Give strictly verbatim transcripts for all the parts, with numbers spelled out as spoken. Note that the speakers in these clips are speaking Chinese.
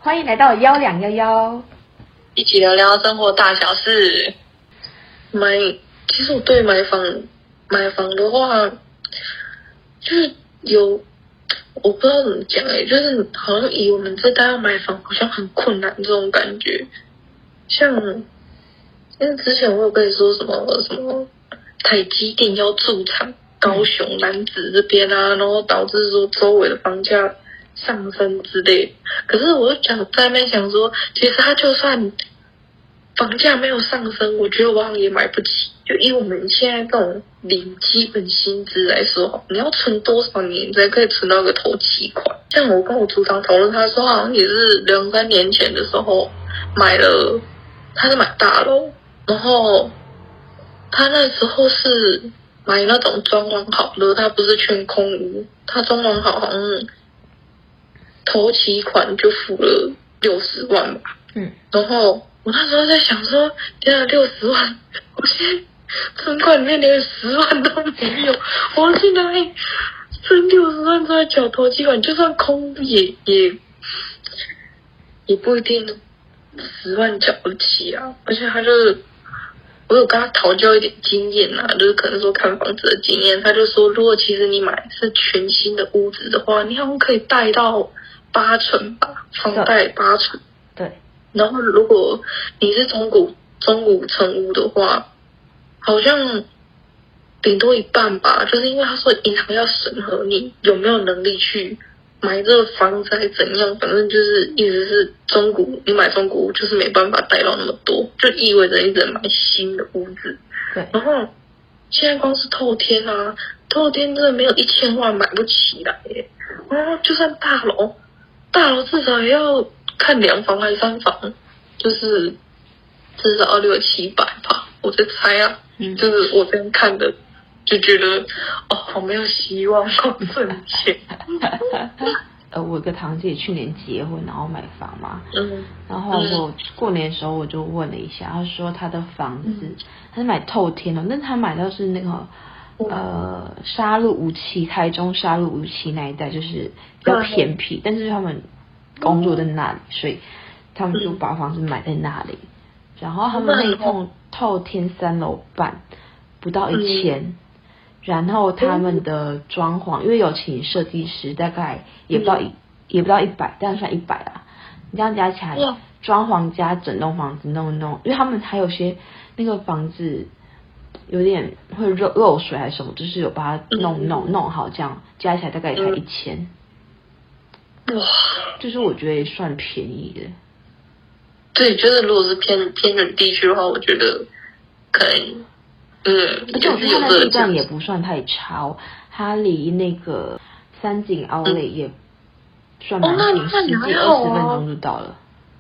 欢迎来到幺两幺幺， 一起聊聊生活大小事。买，其实我对买房，买房的话，就是有，我不知道怎么讲哎、欸，就是好像以我们这代要买房，好像很困难这种感觉。像，因为之前我有跟你说什么什么，台积电要驻厂高雄楠梓这边啊，然后导致说周围的房价上升之类的。可是我就讲在那边想说，其实它就算房价没有上升，我觉得我好像也买不起。就以我们现在这种领基本薪资来说，你要存多少年才可以存到个头期款？像我跟我组长讨论，他说好像也是两三年前的时候买了，他是买大楼，然后他那时候是买那种装潢好的，他不是全空屋，他装潢好好像头期款就付了六十万吧。 嗯，然后我那时候在想说，天啊，六十万，我现在存款里面连十万都没有，我现在剩六十万在缴头期款，就算空也也也不一定十万缴得起啊。而且他就是我有跟他讨教一点经验啊，就是可能说看房子的经验，他就说，如果其实你买是全新的屋子的话，你好像可以贷到八成吧，房贷八成。 对。 然后如果你是中古中古成屋的话，好像顶多一半吧，就是因为他说银行要审核你有没有能力去买这个房子还是怎样，反正就是意思是中古你买中古屋就是没办法贷到那么多，就意味着你只能买新的屋子。 对。 然后现在光是透天啊，透天真的没有一千万买不起来耶。然后就算大楼，大楼至少也要看两房还是三房，就是至少要六七百吧，我在猜啊。嗯，就是我这样看的，就觉得哦，好没有希望，好挣钱。 呃，我有个堂姐去年结婚，然后买房嘛， 嗯， 然后我过年的时候我就问了一下，她说她的房子，她是买透天的，但她买到是那个呃沙鹿五期，台中沙鹿五期那一带，就是比较偏僻，但是他们工作在那里，所以他们就把房子买在那里。然后他们那一栋透天三楼半不到一千、嗯，然后他们的装潢，因为有请设计师，大概也不到一、嗯、也不到一百，但算一百啦。你这样加起来，装潢加整栋房子弄一弄，因为他们还有些那个房子有点会漏漏水还是什么，就是有把它弄弄弄好，这样加起来大概也才一千。 哇， 就是我觉得也算便宜的。 对，就是如果是偏偏远地区的话，我觉得可能，嗯， 而且我觉得它的地段也不算太差，它离那个三井奥莱也算蛮近，十几二十分钟就到了。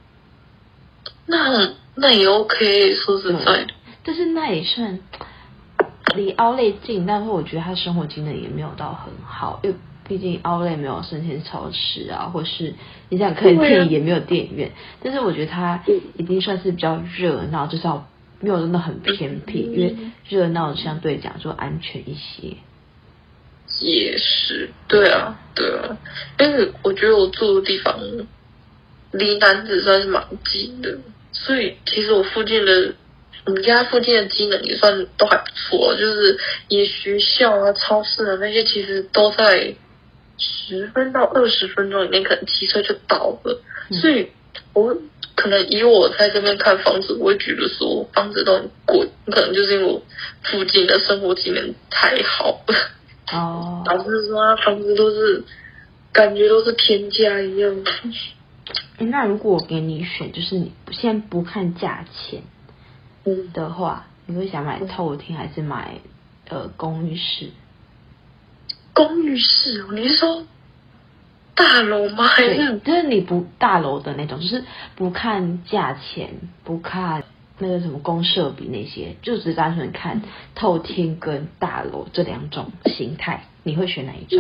那那也 OK， 说实在的。 但是那也算离奥莱近，但是我觉得它生活机能也没有到很好，因为毕竟奥莱没有生鲜超市啊，或是你想可以店也没有电影院，但是我觉得它已经算是比较热闹，至少没有真的很偏僻，因为热闹相对讲就安全一些。 也是，对啊，对啊，因为我觉得我住的地方离楠梓算是蛮近的，所以其实我附近的我们家附近的机能也算都还不错，就是以学校啊、超市啊那些，其实都在十分到二十分钟以内，可能骑车就到了。嗯、所以，我可能以我在这边看房子，我会觉得说房子都很贵，可能就是因为我附近的生活机能太好了， 哦， 导致说它房子都是感觉都是天价一样。 那如果我给你选，就是你先不看价钱的话，嗯、你会想买透天还是买呃公寓式？ 公寓式哦，你是说大楼吗？还是就是你不大楼的那种，就是不看价钱，不看那个什么公设比那些，就只单纯看透天跟大楼这两种形态，你会选哪一种？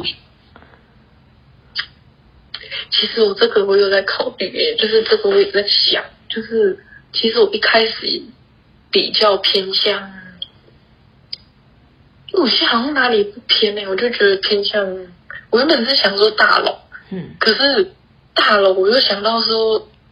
其实我这个我有在考虑耶，就是这个我也在想，就是其实我一开始比较偏向。我现在好像哪里不偏呢、欸？我就觉得偏向，我原本是想说大楼，嗯，可是大楼我又想到说，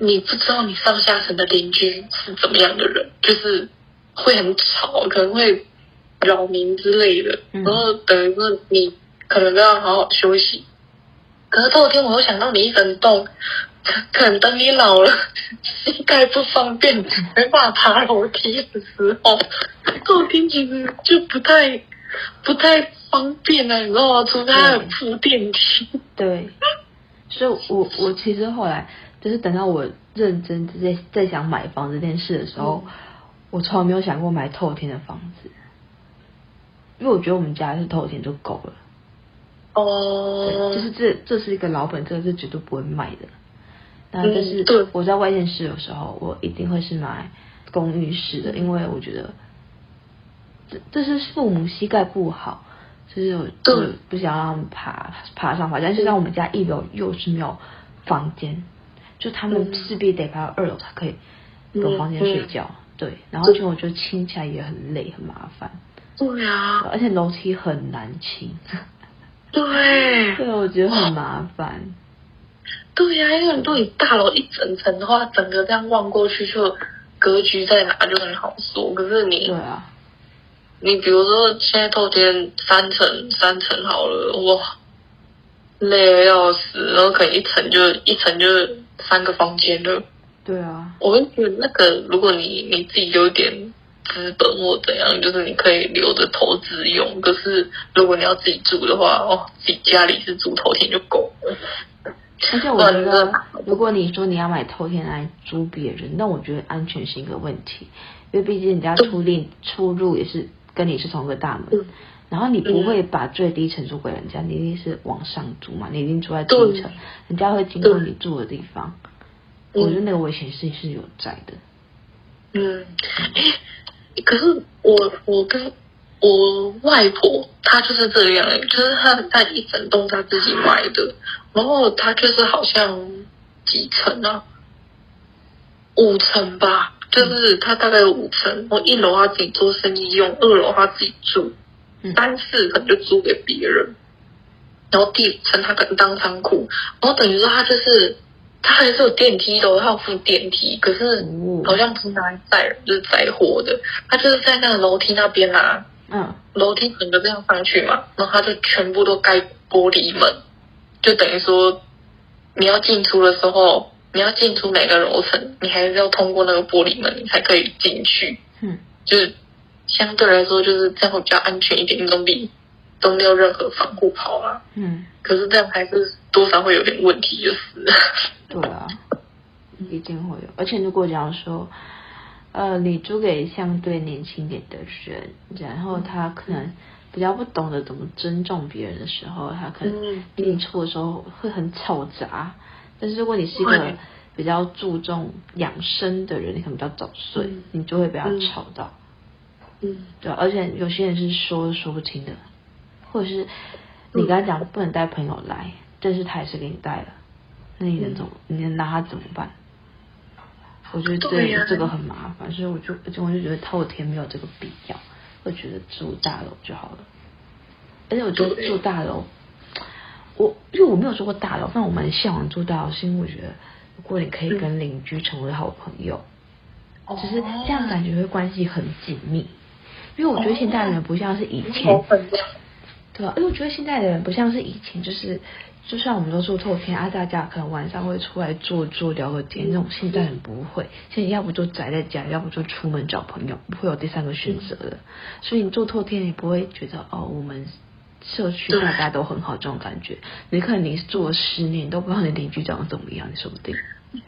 你不知道你上下层的邻居是怎么样的人，就是会很吵，可能会扰民之类的， 嗯、 然后等于说你可能都要好好休息。可是后天我又想到你一个人动，可能等你老了，膝盖不方便，没办法爬楼梯的时候，后天其实就不太不太方便了，你知道吗？除非他有铺电梯。 对，所以我我其实后来就是等到我认真在在想买房这件事的时候，嗯、我从来没有想过买透天的房子，因为我觉得我们家是透天就够了。 哦， 就是这这是一个老本，这个是绝对不会卖的。然后就是我在外县市的时候，我一定会是买公寓式的，因为我觉得这这是父母膝盖不好，就是我就不想让他们爬爬上爬下。但是像我们家一楼又是没有房间，就他们势必得爬到二楼才可以有房间睡觉。对，然后就我觉得清起来也很累很麻烦。 对啊， 而且楼梯很难清。 对， 对，我觉得很麻烦。 对呀、啊，因为如果你大楼一整层的话，整个这样望过去，就格局在哪就很好说。可是你， 对啊， 你比如说现在透天三层，三层好了，哇，累得要死，然后可能一层就一层就三个房间了。 对啊， 我会觉得那个，如果你你自己有点资本或怎样，就是你可以留着投资用。可是如果你要自己住的话，哦，自己家里是住透天就够了。 而且我觉得，如果你说你要买透天来租别人，那我觉得安全是一个问题，因为毕竟人家出入出入也是跟你是同一个大门，然后你不会把最低层租给人家，你一定是往上租嘛，你一定住在低层，人家会经过你住的地方，我觉得那个危险性是有在的。 嗯，可是我我跟我外婆她就是这样，就是她在一整栋她自己买的，然后她就是好像几层啊，五层吧，就是她大概有五层，然后一楼她自己做生意用，二楼她自己住，三四层就租给别人，然后第五层她可能当仓库，然后等于说她就是她还是有电梯的，她有付电梯，可是好像不是拿来载人，就是载货的，她就是在那个楼梯那边啊。 嗯， 楼梯整个这样上去嘛，然后它就全部都盖玻璃门，就等于说你要进出的时候，你要进出哪个楼层，你还是要通过那个玻璃门，你才可以进去。 嗯， 就是相对来说，就是这样会比较安全一点，总比都没有任何防护跑啊。 嗯， 可是这样还是多少会有点问题，就是。 对啊，一定会有。而且如果假如说。呃，你租给相对年轻点的人，然后他可能比较不懂得怎么尊重别人的时候，他可能给你错的时候会很吵杂。但是如果你是一个比较注重养生的人，你可能比较早睡，嗯、你就会被他吵到。 嗯， 对，而且有些人是说都说不清的，或者是你跟他讲不能带朋友来，但是他还是给你带了，那你能怎么？你能拿他怎么办？我觉得这、啊、这个很麻烦，所以我就我就觉得透天没有这个必要，我觉得住大楼就好了。而且我觉得住大楼，我因为我没有住过大楼，但我蛮向往住大楼，是因为我觉得如果你可以跟邻居成为好朋友，嗯、就是这样感觉会关系很紧密。因为我觉得现在的人不像是以前，哦、对吧？因为我觉得现在的人不像是以前，就是。就算我们都住透天啊，大家可能晚上会出来坐坐聊个天，那种现在人不会，现在要不就宅在家，要不就出门找朋友，不会有第三个选择的。所以你住透天，你不会觉得哦，我们社区大家都很好这种感觉。你可能你住了十年都不知道你邻居长得怎么样，你说不定。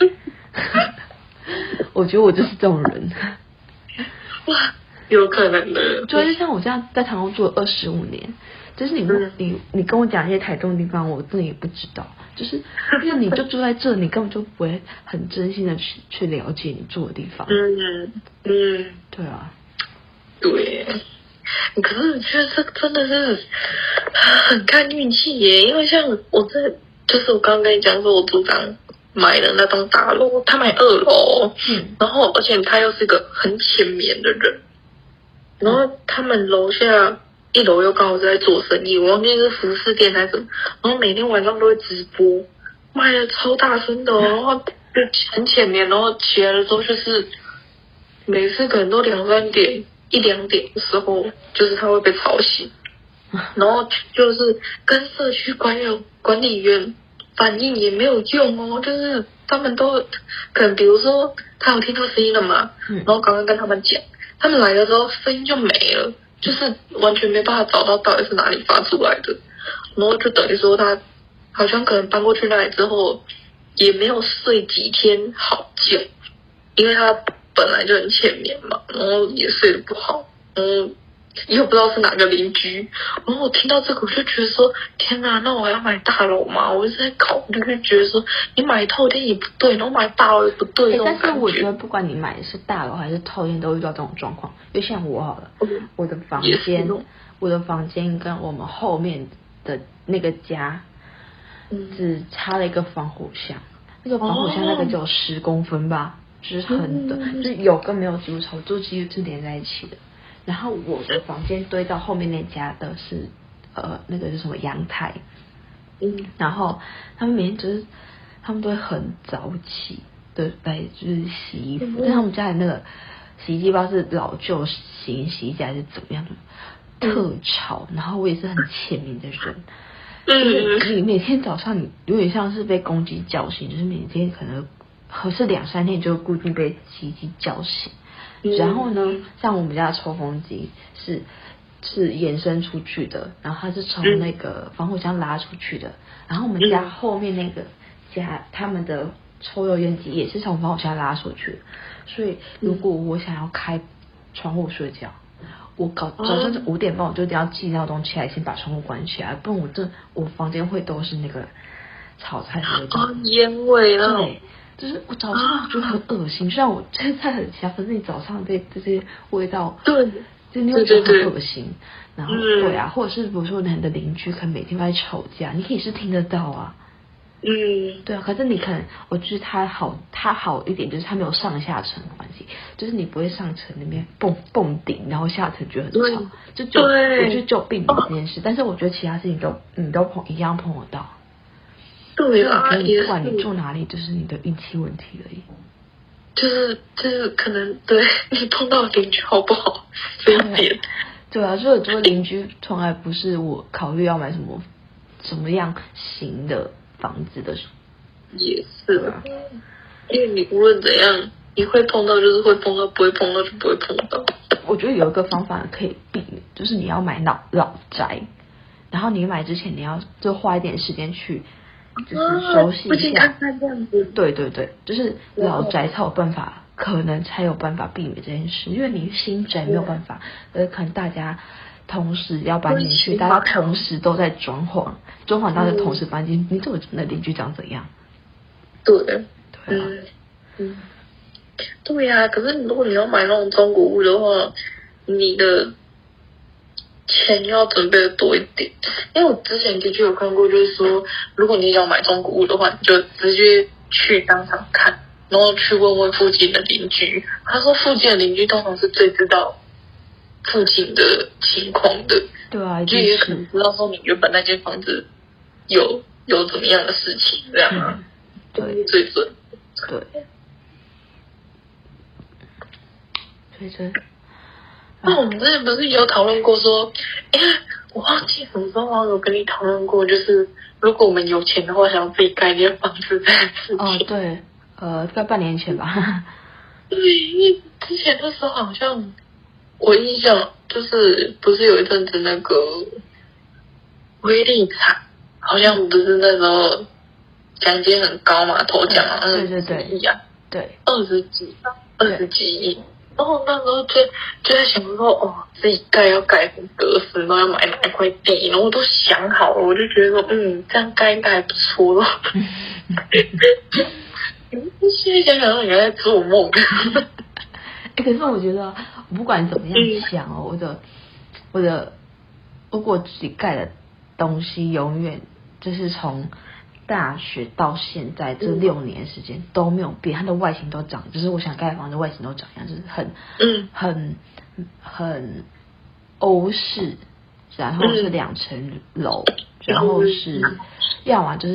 我觉得我就是这种人。 哇，有可能的。 就是像我这样在台中住了二十五年。就是你嗯、 你你跟我讲一些台中的地方，我真的也不知道。就是因为你就住在这，你根本就不会很真心的去去了解你住的地方。 嗯嗯， 对啊， 对。可是我觉得这真的是很看运气耶，因为像我在，就是我刚刚跟你讲说，我组长买的那栋大楼，他买二楼，嗯，然后而且他又是个很浅眠的人，然后他们楼下。一楼又刚好在做生意，我忘记是服饰店还是什么，然后每天晚上都会直播，卖的超大声的哦， 就很浅眠，然后起来的时候就是每次可能都两三点一两点的时候，就是他会被吵醒，然后就是跟社区管理管理员反映也没有用哦，就是他们都可能比如说他有听到声音了嘛，然后刚刚跟他们讲，他们来的时候声音就没了，就是完全没办法找到到底是哪里发出来的，然后就等于说他好像可能搬过去那里之后也没有睡几天好觉，因为他本来就很浅眠嘛，然后也睡得不好，然后又不知道是哪个邻居，然后我听到这个我就觉得说天哪，那我还要买大楼吗？我一直在考虑，就觉得说你买透天也不对，然后买大楼也不对、欸、 但是我觉得不管你买的是大楼还是透天都遇到这种状况，就像我好了、嗯、我的房间我的房间跟我们后面的那个家只差了一个防火墙，那个防火墙那个只有十公分吧，就是很的、嗯、就是有跟没有几乎差不多，几乎是连在一起的。然后我的房间堆到后面那家的是呃那个是什么阳台，嗯，然后他们每天就是他们都会很早起的来就是洗衣服，嗯、但他们家的那个洗衣机不知道是老旧型洗衣机还是怎么样的，特吵。然后我也是很浅眠的人，就是你每天早上你有点像是被公鸡叫醒，就是每天可能合适两三天就固定被洗衣机叫醒。然后呢，像我们家的抽风机是是延伸出去的，然后它是从那个防火箱拉出去的，然后我们家后面那个家他们的抽油烟机也是从防火箱拉出去的，所以如果我想要开窗户睡觉，我搞早上五点半我就一定要记闹钟起来，先把窗户关起来，不然我这我房间会都是那个炒菜的味道， 哦，烟味那种。 就是我早上觉得很恶心，虽然我这些菜很香，可是你早上被这些味道， 对， 就你会觉得很恶心。然后对啊，或者是比如说你的邻居可能每天都在吵架，你可以是听得到啊。 嗯， 对啊，可是你可能我觉得他好，他好一点就是他没有上下层的关系，就是你不会上层那边蹦蹦顶，然后下层觉得很吵，就就我觉得就避免这件事，但是我觉得其他事情都你都碰一样碰得到。 对啊， 也不管你住哪里，就是你的运气问题而已。 就是就是可能对你碰到邻居好不好这一点。 对啊，所以这个邻居从来不是我考虑要买什么什么样型的房子的。 也是啊，因为你无论怎样，你会碰到就是会碰到，不会碰到就不会碰到。 我觉得有一个方法可以避免，就是你要买老老宅，然后你买之前你要就花一点时间去。就是熟悉一下， 看看这样子。 对对对，就是老宅才有办法，可能才有办法避免这件事，因为你新宅没有办法，呃，可能大家同时要搬进去，大家同时都在装潢，装潢大家同时搬进，你怎么知道邻居长怎样？ 对， 对啊， 嗯嗯，对呀、啊。可是如果你要买那种中古屋的话，你的钱要准备的多一点，因为我之前的确有看过，就是说，如果你要买中古屋的话，你就直接去当场看，然后去问问附近的邻居。他说，附近的邻居通常是最知道附近的情况的， 对啊， 就也可能知道说你原本那间房子有有怎么样的事情，这样啊， 对， 最准， 对，所以这。 那我们之前不是也有讨论过说，哎，我忘记什么时候我有跟你讨论过，就是如果我们有钱的话，想要自己盖一间房子这件事情。 哦，对，呃，大概半年前吧。 对，因为之前的时候好像我印象就是不是有一阵子那个威力彩，好像不是那时候奖金很高嘛，头奖好像对对对， 一样， 对， 二十几，二十几亿。然后那时候就就在想说，哦，自己盖要盖什么格式，然后要买哪一块地，然后我都想好了，我就觉得说，嗯，这样盖应该还不错了。现在想想，原来在做梦。 哎，可是我觉得，不管怎么样想哦，我的我的，如果自己盖的东西，永远就是从大学到现在这六年时间都没有变，它的外形都长，就是我想盖的房子外形都长一样，就是很嗯很很欧式，然后是两层楼，然后是要么就是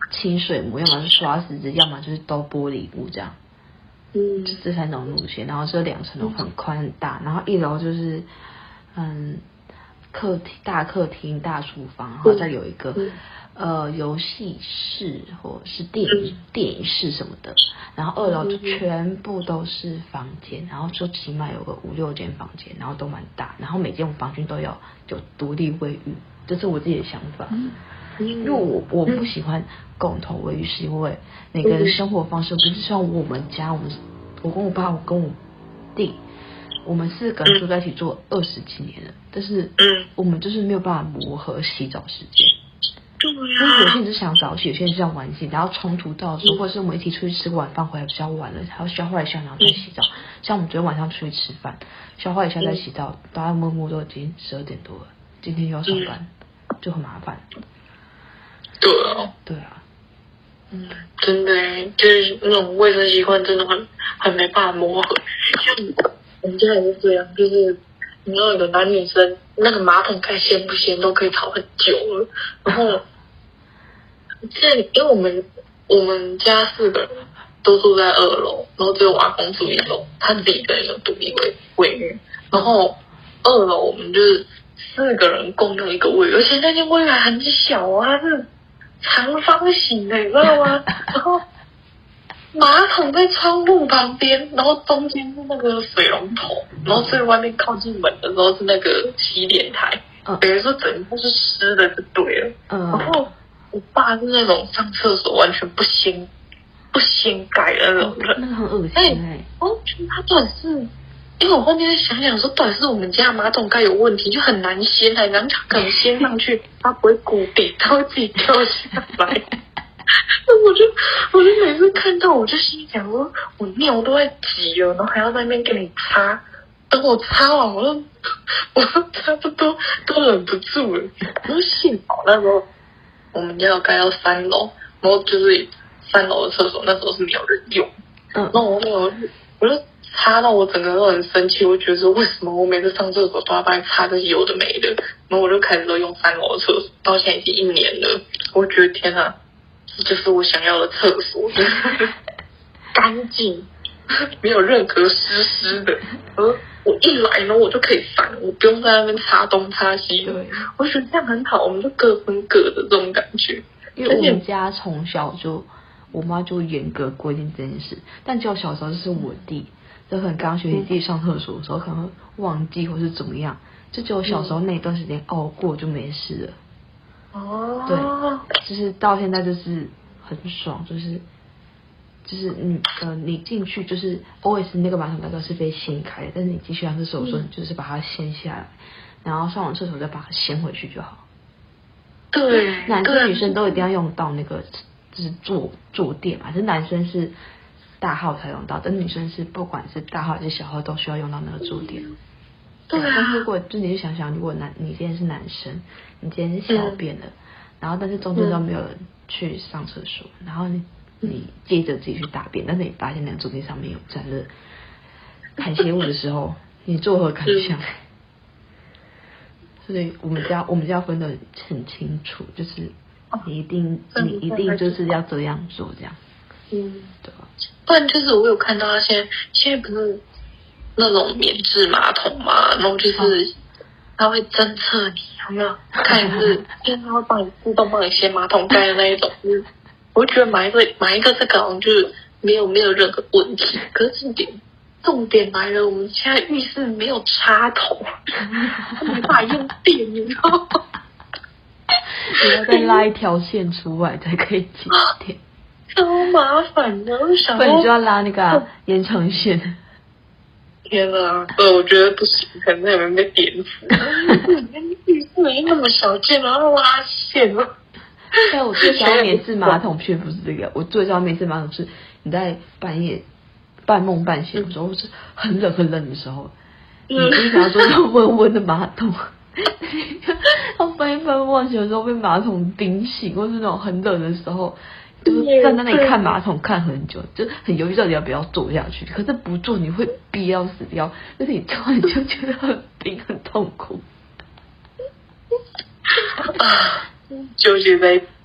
清水膜，要么是刷石子，要么就是都玻璃屋这样。 嗯， 这三种路线，然后这两层楼很宽很大，然后一楼就是嗯客厅大客厅大厨房，然后再有一个、嗯、呃游戏室或者是电影、嗯、电影室什么的，然后二楼就全部都是房间，然后就起码有个五六间房间，然后都蛮大，然后每间房间都要有独立卫浴，这是我自己的想法。嗯因为我我不喜欢共同卫浴，是因为每个人的生活方式不是像我们家，我们我跟我爸，我跟我弟，我们四个人住在一起住二十几年了，但是我们就是没有办法磨合洗澡时间。 对呀。 因为有些人是想早起，有些人是想晚起，然后冲突到的时候，或者是我们一起出去吃个晚饭回来比较晚了，还要消化一下然后再洗澡。像我们昨天晚上出去吃饭，消化一下再洗澡，大家摸摸都已经十二点多了，今天又要上班，就很麻烦。 对啊， 对啊， 嗯，真的就是那种卫生习惯真的很很没办法磨合。像我们家也是这样，就是你知道有的男女生那个马桶盖掀不掀都可以吵很久了。然后，这因为我们我们家四个人都住在二楼，然后只有我阿公住一楼，他自己一个人有独立卫卫浴。然后二楼我们就是四个人共用一个卫浴，而且那间卫浴还很小啊，是长方形的，你知道吗？然后马桶在窗户旁边，然后中间是那个水龙头，然后最外面靠近门的时候是那个洗脸台， 嗯、 等于说整个是湿的就对了。 嗯、 然后我爸是那种上厕所完全不掀不掀盖的那种人， 那个很恶心哎、欸。 我觉得他到底是，因为我后面想想说，到底是我们家马桶盖有问题，就很难掀，很难可能掀上去，它不会固定，它会自己掉下来。那我就我就每次看到，我就心里想说，我尿都在挤了，然后还要在那边给你擦，等我擦完，我都我都差不多都忍不住了。然后幸好那时候我们家有盖到三楼，然后就是三楼的厕所那时候是没有人用，嗯，然后我没有，我就擦到我整个都很生气，我觉得说为什么我每次上厕所都要帮你擦这些有的没的，然后我就开始都用三楼的厕所，到现在已经一年了，我觉得天哪，这就是我想要的厕所，就是干净，没有任何湿湿的，而我一来呢我就可以翻，我不用在那边擦东擦西的，我觉得这样很好，我们就各分各的这种感觉。 因为我们家从小就我妈就严格规定这件事，但只有小时候就是我弟。就可能刚学习自己上厕所的时候，可能会忘记或是怎么样，就只有小时候那一段时间熬过就没事了。 哦， 对，就是到现在就是很爽，就是就是你呃你进去就是 always 那个马桶盖都是被掀开的，但是你继续上厕所的时候，你就是把它掀下来，然后上完厕所再把它掀回去就好。 对， 男生女生都一定要用到那个就是坐坐垫嘛，是男生是大号才用到，但女生是不管是大号还是小号都需要用到那个坐垫。 对啊。 但如果就你就想想，如果男你今天是男生，你今天是小便了，嗯、然后但是中间都没有人去上厕所，嗯、然后你你接着自己去大便，但是你发现那个坐垫上面有沾了排泄物的时候，你作何感想？嗯、所以我们家我们家分得很清楚，就是你一定、哦、你一定就是要这样做这样。 嗯，对吧？不然就是我有看到他现在现在不是那种免治马桶嘛，然后就是他会侦测你有没有看是，因为他会帮你自动帮你掀马桶盖的那一种。嗯，我觉得买一个买一个这个好像就是没有没有任何问题。可是重点重点来了，我们现在浴室没有插头，他没办法用电，你知道吗？ 你要再拉一条线出来才可以接电。 超麻烦的，我想说， 不然你就要拉那个、啊、延长线。 天啊，呃，我觉得不行，可能有人被点死。浴室没那么小件，然后拉线了。 但我最喜欢免治马桶却不是这个，我最喜欢免治马桶是你在半夜半梦半醒的时候，或是很冷很冷的时候，嗯、你你想要做那种温温的马桶。然后半夜半梦半醒的时候被马桶冰醒，或是那种很冷的时候。就是站在那里看马桶看很久，就很犹豫到底要不要坐下去。可是不坐你会憋要死掉，但是你坐你就觉得很冰很痛苦。 啊，纠结在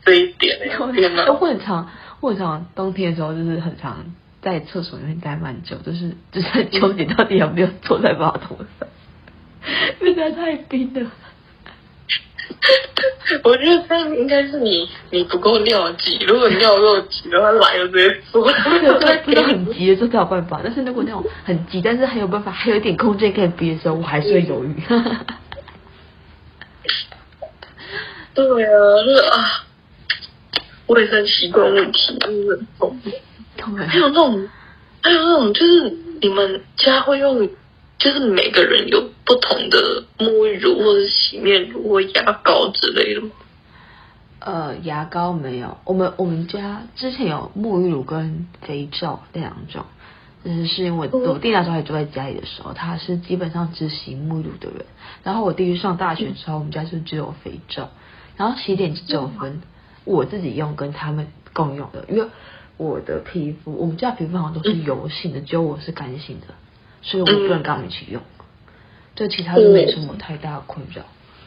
这一点哎、欸，天哪！ 我很常，我很常冬天的时候就是很常在厕所里面待蛮久，就是就是很纠结到底要不要坐在马桶上，因为实在太冰了。 我觉得这样应该是你你不够尿急，如果尿够急的话，来就直接坐。 不是很急的时候才有办法，但是如果那种很急，但是还有办法，还有一点空间可以憋的时候，我还是会犹豫。 对啊，就是啊，卫生习惯问题真的很重要。还有那种，还有那种，就是你们家会用。就是每个人有不同的沐浴乳或者洗面乳或牙膏之类的吗？ 呃，牙膏没有，我们我们家之前有沐浴乳跟肥皂这两种，就是是因为我弟那时候还住在家里的时候，他是基本上只洗沐浴乳的人，然后我弟去上大学之后，我们家就只有肥皂，然后洗脸就只有分我自己用跟他们共用的，因为我的皮肤，我们家皮肤好像都是油性的，只有我是干性的。所以我不能跟他们一起用，就其他就没什么太大的困扰。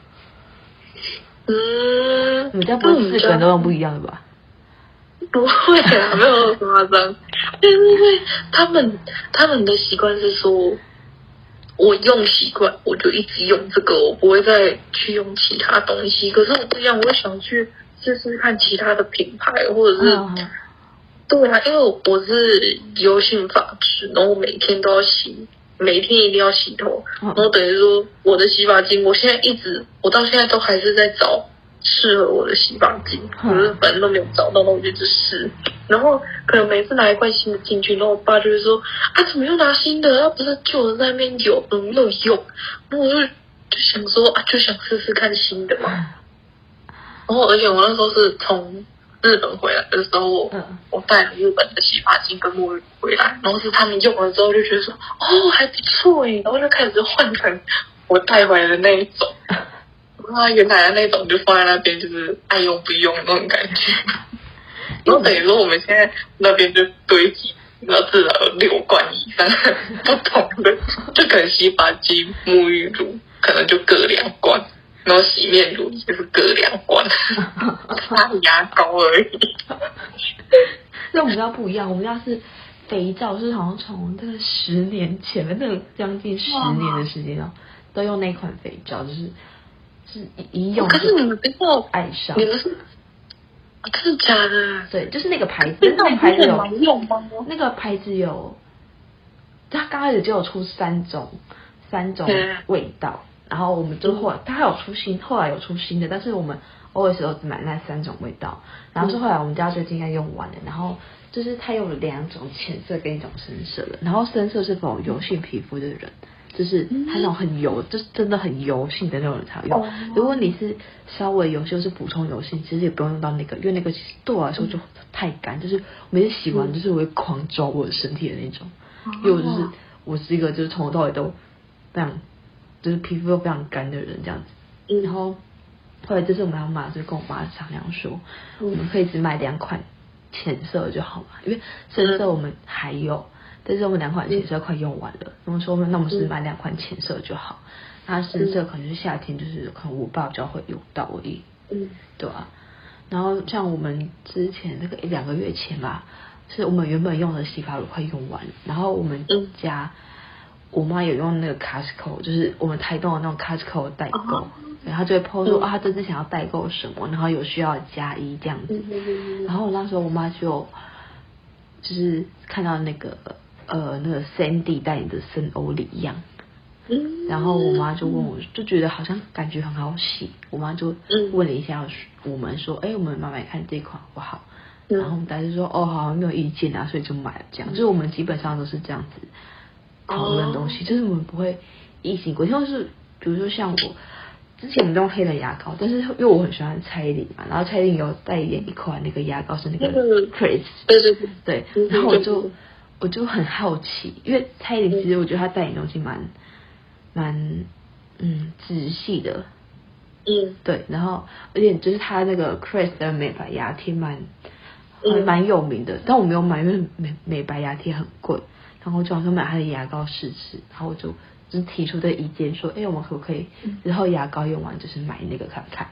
嗯， 你们家不是四个人都用不一样的吧？ 不会啊，没有那么夸张。就是因为他们他们的习惯是说，我用习惯我就一直用这个，我不会再去用其他东西。可是我不一样，我会想去试试看其他的品牌，或者是。嗯对啊，因为我是油性发质，然后每天都要洗，每天一定要洗头，然后等于说我的洗发精，我现在一直，我到现在都还是在找适合我的洗发精，可是反正都没有找到，那我就一直试。然后可能每次拿一罐新的进去，然后我爸就会说啊，怎么又拿新的？要不是旧的在那边有，嗯，没有用。然后我就就想说啊，就想试试看新的嘛。然后而且我那时候是从日本回来的时候，嗯、我带了日本的洗发精跟沐浴回来，然后是他们用了之后就觉得说，哦，还不错耶，然后就开始换成我带回来的那一种，然后原来的那种就放在那边，就是爱用不用那种感觉。然后等于说我们现在那边就堆积，然后至少有六罐以上不同的，就可能洗发精、沐浴乳可能就各两罐。然后洗面乳就是各两罐，擦牙膏而已。 那我们家不一样，我们家是肥皂，是好像从这个十年前的那个将近十年的时间啊，都用那款肥皂，就是是一用。 可是你们不要爱上， 你们是真的假的？ 对，就是那个牌子，那个牌子有用吗？那个牌子有，它刚开始就有出三种三种味道。然后我们就后来，它还有出新，后来有出新的，但是我们 always 都只买那三种味道。然后是后来我们家最近要用完了，然后就是它有两种浅色跟一种深色的。然后深色是否油性皮肤的人，就是它那种很油，就是真的很油性的那种人才用。如果你是稍微油性，就是补充油性，其实也不用用到那个，因为那个对我来说就太干，就是每次洗完就是我会狂抓我的身体的那种。因为我就是我是一个就是从头到尾都非常。就是皮肤又非常干的人这样子，嗯、然后后来这次我们要买，就跟我妈商量说，嗯、我们可以只买两款浅色就好嘛，因为深色我们还有，但是我们两款浅色快用完了，我们说那我们是买两款浅色就好，那深色可能是夏天就是可能我爸比较会用到而已，嗯，对啊，然后像我们之前那个一两个月前吧，是我们原本用的洗发乳快用完，然后我们家。嗯我妈有用那个 Costco， 就是我们台东的那种 Costco 代购，哦、然后就会 po 说、嗯、啊，她这次想要代购什么，然后有需要加一这样子。嗯、然后那时候我妈就就是看到那个呃那个 Sandy 代言的森欧里一样，嗯、然后我妈就问我，就觉得好像感觉很好洗，我妈就问了一下我们说，哎、欸，我们买买看这款好不好？嗯、然后我们大家就说，哦，好像没有意见啊，所以就买了这样。就是我们基本上都是这样子。讨论东西，就是我们不会一心归，就是比如说像我之前我们用黑人牙膏，但是因为我很喜欢蔡依林嘛，然后蔡依林有代言一款那个牙膏是那个 Chris， 对对对，对，然后我就我就很好奇，因为蔡依林其实我觉得她代言东西蛮蛮嗯仔细的，嗯，对，然后而且就是她那个 Chris 的美白牙贴蛮还蛮有名的，但我没有买，因为美美白牙贴很贵。然后我就想说买他的牙膏试试，然后我就就是提出的意见说，哎，我们可不可以之后牙膏用完就是买那个看看？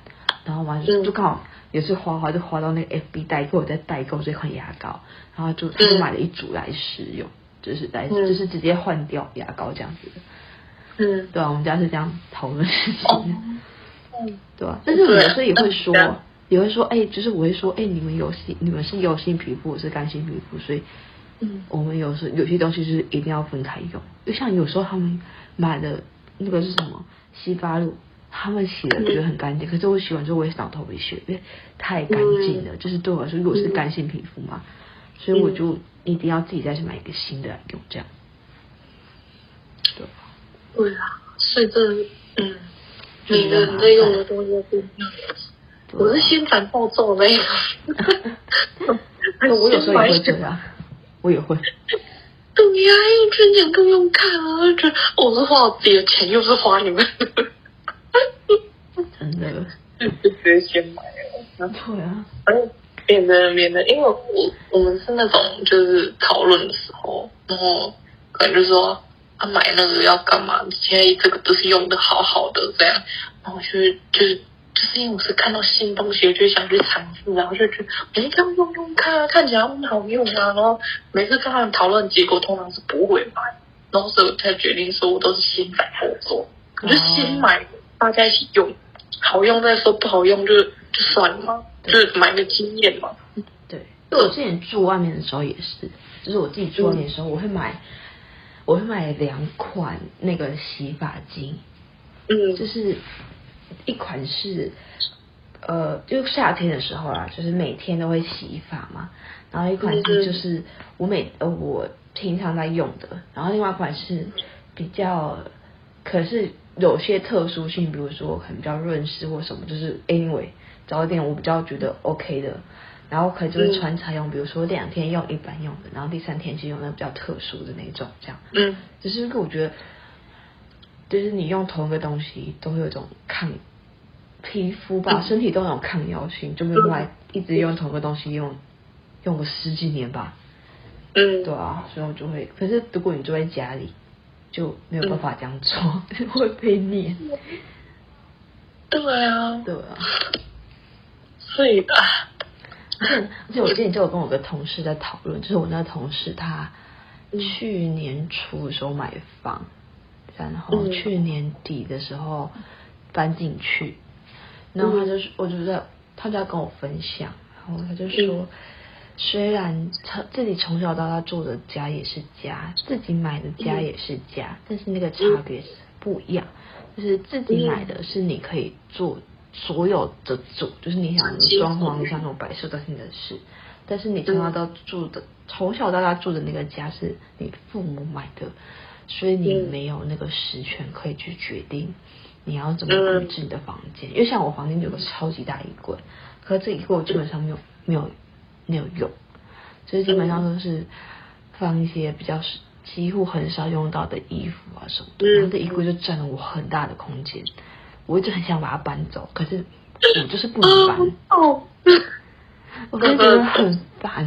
然后完就刚好也是滑滑就滑到那个 F B 代购我在代购这款牙膏，然后就他就买了一组来使用，就是来、嗯、就是直接换掉牙膏这样子的。嗯，对啊，我们家是这样讨论事情的。哦嗯，对啊，但是我有时候也会说，也会说，哎、欸，就是我会说，哎、欸，你们有性，你们是油性皮肤，我是干性皮肤，所以，嗯，我们有时有些东西就是一定要分开用。就像有时候他们买的那个是什么洗发露，他们洗的觉得很干净，可是我洗完之后我也是脑头回血，因为太干净了，就是对我来说，如果是干性皮肤嘛，所以我就一定要自己再去买一个新的来用，这样。对。 对啊，所以这嗯。每个人在用的东西不一样，我是先斩后奏那个。 我有时候也会这样，我也会。 对呀，因为真讲不用看啊，觉得我是花我自己的钱，又是花你们的。 真的， 就直接先买了。 对啊， 而且免得免得，因为我我们是那种就是讨论的时候，然后可能就说。他、啊、买那个要干嘛？现在这个不是用的好好的这样，然后我就就是就是因为我是看到新东西，我就想去尝试，然后就觉得哎，这样用用看啊，看起来很好用啊。然后每次跟他们讨论结果，通常是不会买，然后所以我才决定说，我都是先斩后奏，我就先买，大家一起用，好用再说，不好用就就算了嘛，就是买个经验嘛。 对，因为我之前住外面的时候也是，就是我自己住外面的时候，嗯、我会买。我会买两款那个洗发精，嗯，就是一款是呃，就夏天的时候啊，就是每天都会洗发嘛，然后一款是就是我每呃我平常在用的，然后另外一款是比较可是有些特殊性，比如说可能比较润湿或什么，就是 anyway 找一点我比较觉得 OK 的。然后可能就是穿插用，比如说两天用一般用的，然后第三天去用那比较特殊的那种，这样。嗯，只是我觉得，就是你用同一个东西都会有一种抗皮肤吧，嗯、身体都有种抗药性，就没有办法一直用同一个东西用用个十几年吧。嗯，对啊，所以我就会，可是如果你住在家里，就没有办法这样做，嗯、会被念。 对啊， 对啊， 所以啊。 而且而且我之前就有跟我个同事在讨论，就是我那个同事他去年初的时候买房，然后去年底的时候搬进去，然后他就我就在他就在跟我分享，然后他就说，虽然他自己从小到大住的家也是家，自己买的家也是家，但是那个差别是不一样，就是自己买的是你可以做。所有的住就是你想的装潢，你想那种摆设都是你的事，但是你从小到住的，从小到大住的那个家是你父母买的，所以你没有那个实权可以去决定你要怎么布置你的房间。因为像我房间有个超级大衣柜，可是这衣柜我基本上没有没有没有用，所以基本上都是放一些比较几乎很少用到的衣服啊什么的，然后这衣柜就占了我很大的空间。我一直很想把它搬走，可是我就是不能搬。哦，我真的觉得很烦。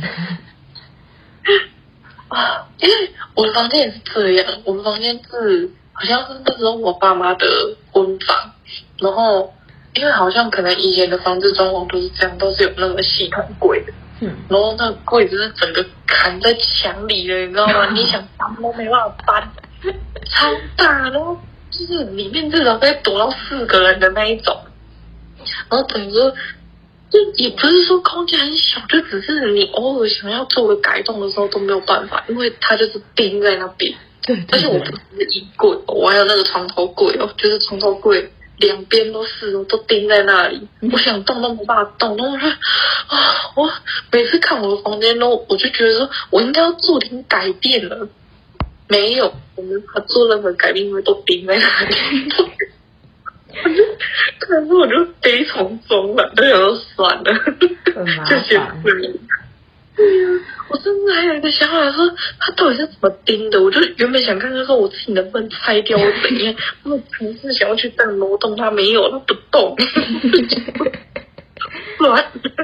啊，因为我的房间也是这样，我的房间是好像是那时候我爸妈的婚房，然后因为好像可能以前的房子装潢都是这样，都是有那个系统柜的，嗯，然后那个柜子是整个砍在墙里的，你知道吗？你想搬都没办法搬，超大，然后。就是里面至少可以躲到四个人的那一种，然后整个就也不是说空间很小，就只是你偶尔想要做个改动的时候都没有办法，因为它就是钉在那边。 对， 而且我不是衣柜，我还有那个床头柜哦，就是床头柜两边都是，都钉在那里，我想动都没办法动。然后我说啊，我每次看我的房间都，我就觉得说我应该要做点改变了。没有，我们他做任何改变，因为都钉在那里。可是我就悲从中了，就想说算了，就先不了。对呀，我甚至还有一个想法说，他到底是怎么钉的？我就原本想看看说我自己能不能拆掉或怎样，我尝试想要去这样挪动，他没有，他不动，乱，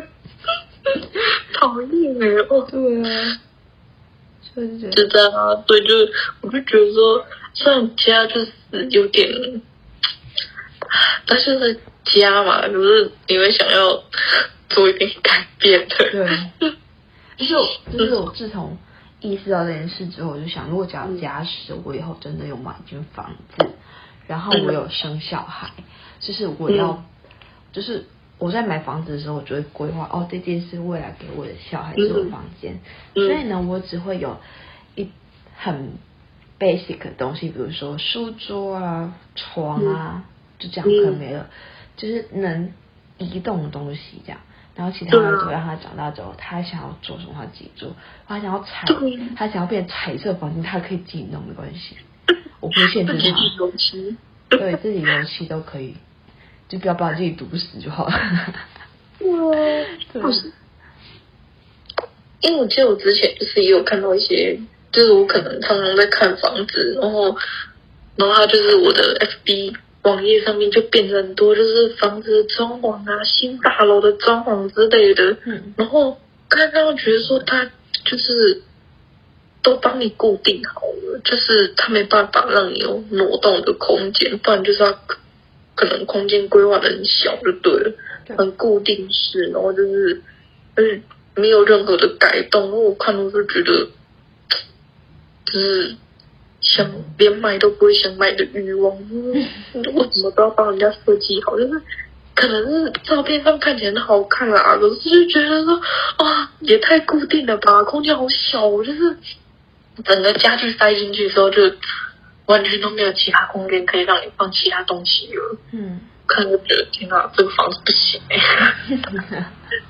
讨厌哎！哦， 对啊。 就这样啊，对，就我就觉得说，虽然家就是有点，但是家嘛，可是你会想要做一点改变的。 对，而且我就是我自从意识到这件事之后，我就想，如果假如假使我以后真的有买一间房子，然后我有生小孩，就是我要，嗯、就是我在买房子的时候，我就会规划哦，这件是未来给我的小孩住的房间，嗯、所以呢，我只会有一很 basic 的东西，比如说书桌啊、床啊，就这样可能没了，就是能移动的东西这样。然后其他的就让他长大之后，他想要做什么他自己做，他想要彩，他想要变彩色房间，他可以自己弄，没关系，我不会限制他。自己油漆，对自己油漆都可以，就不要把自己毒死就好了。 不是，因为我记得我之前就是也有看到一些，就是我可能常常在看房子，然后，然后他就是我的 F B。网页上面就变成很多，就是房子的装潢啊、新大楼的装潢之类的。嗯，然后看到觉得说他就是都帮你固定好了，就是他没办法让你有挪动的空间，不然就是他可能空间规划的很小就对了，很固定式，然后就是嗯没有任何的改动。然后我看到就觉得就是想连买都不会想买的欲望，我怎么都要帮人家设计好，就是可能是照片上看起来很好看啦，可是就觉得说啊也太固定了吧，空间好小，我就是整个家具塞进去的时候就完全都没有其他空间可以让你放其他东西了。嗯，看就觉得天啊，这个房子不行哎、欸。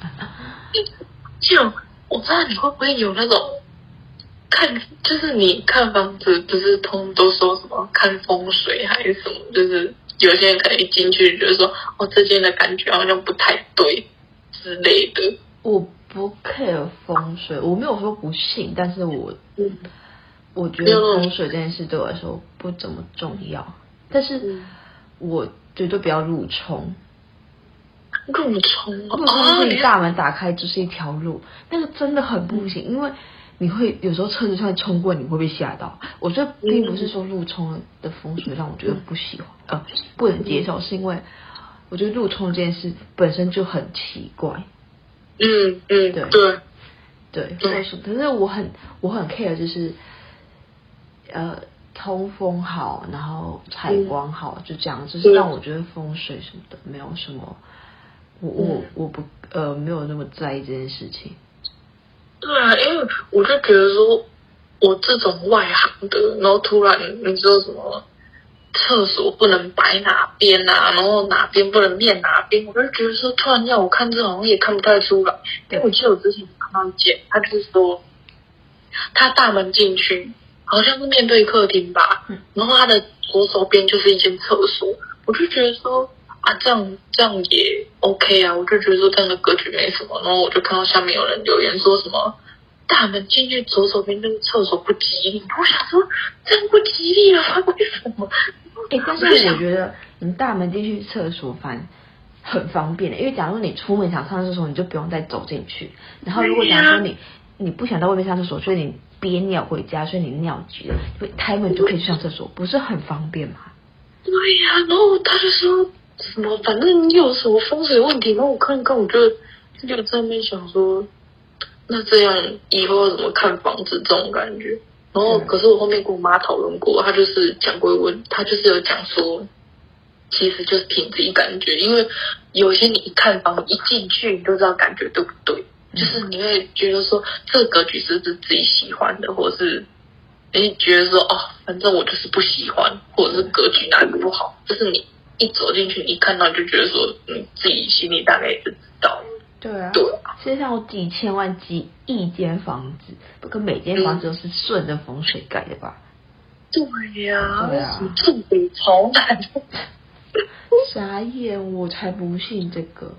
就我不知道你会不会有那种。看，就是你看房子，不是通常都说什么看风水还是什么？就是有些人可能一进去觉得说，哦，这间的感觉好像不太对之类的。 我不 care 风水，我没有说不信，但是我，嗯、我觉得风水这件事对我来说不怎么重要。但是我绝对不要入冲。 入冲， 入冲是你大门打开就是一条路，那个真的很不行，因为。你会有时候车子突然冲过，你会被吓到。我觉得并不是说路冲的风水让我觉得不喜欢，呃，不能接受，是因为我觉得路冲这件事本身就很奇怪。 嗯嗯， 对对对，或是可是我很我很 care 就是，呃，通风好，然后采光好，就这样，就是让我觉得风水什么的没有什么，我我我不呃没有那么在意这件事情。 对啊，因为我就觉得说，我这种外行的，然后突然你说什么厕所不能摆哪边啊，然后哪边不能面哪边，我就觉得说，突然要我看这好像也看不太出来。因为我记得我之前看到一件，他就是说，他大门进去好像是面对客厅吧，然后他的左手边就是一间厕所，我就觉得说。啊，这样这样也 OK 啊，我就觉得说这样的格局没什么，然后我就看到下面有人留言说什么大门进去左手边那个厕所不吉利，我想说这样不吉利了吗？为什么？ 哎、欸，但是我觉得你大门进去厕所反很方便的，因为假如你出门想上厕所，你就不用再走进去，然后如果假如说你你不想在外面上厕所，所以你憋尿回家，所以你尿急了，开门就可以去上厕所，不是很方便吗？ 对呀、啊，然后他就说。什么？反正你有什么风水问题，然后我看看，我就就在那边想说，那这样以后要怎么看房子这种感觉？然后，可是我后面跟我妈讨论过，她就是讲过问，她就是有讲说，其实就是凭自己感觉，因为有些你一看房一进去，你就知道感觉对不对，就是你会觉得说这个格局是不是自己喜欢的，或者是你觉得说哦，反正我就是不喜欢，或者是格局哪里不好，就是你。一走进去，你看到就觉得说，你自己心里大概也就知道了。 对啊， 对啊， 世界上有几千万、几亿间房子，不可每间房子都是顺着风水盖的吧？ 对呀， 对啊， 正北朝南。 傻眼，我才不信这个。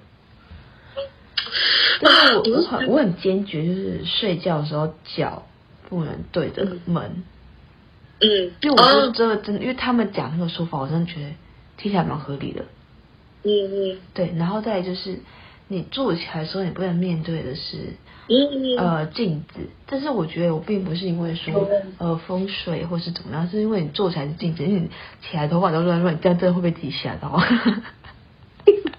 但是我我很我很坚决，就是睡觉的时候脚不能对着门。 嗯， 因为我是真的真的，因为他们讲那个说法，我真的觉得。听起来蛮合理的， 嗯嗯， 对，然后再来就是你坐起来的时候，你不能面对的是， 嗯呃，镜子。但是我觉得我并不是因为说呃风水或是怎么样，是因为你坐起来是镜子，因为你起来头发都乱乱，这样真的会被自己吓到。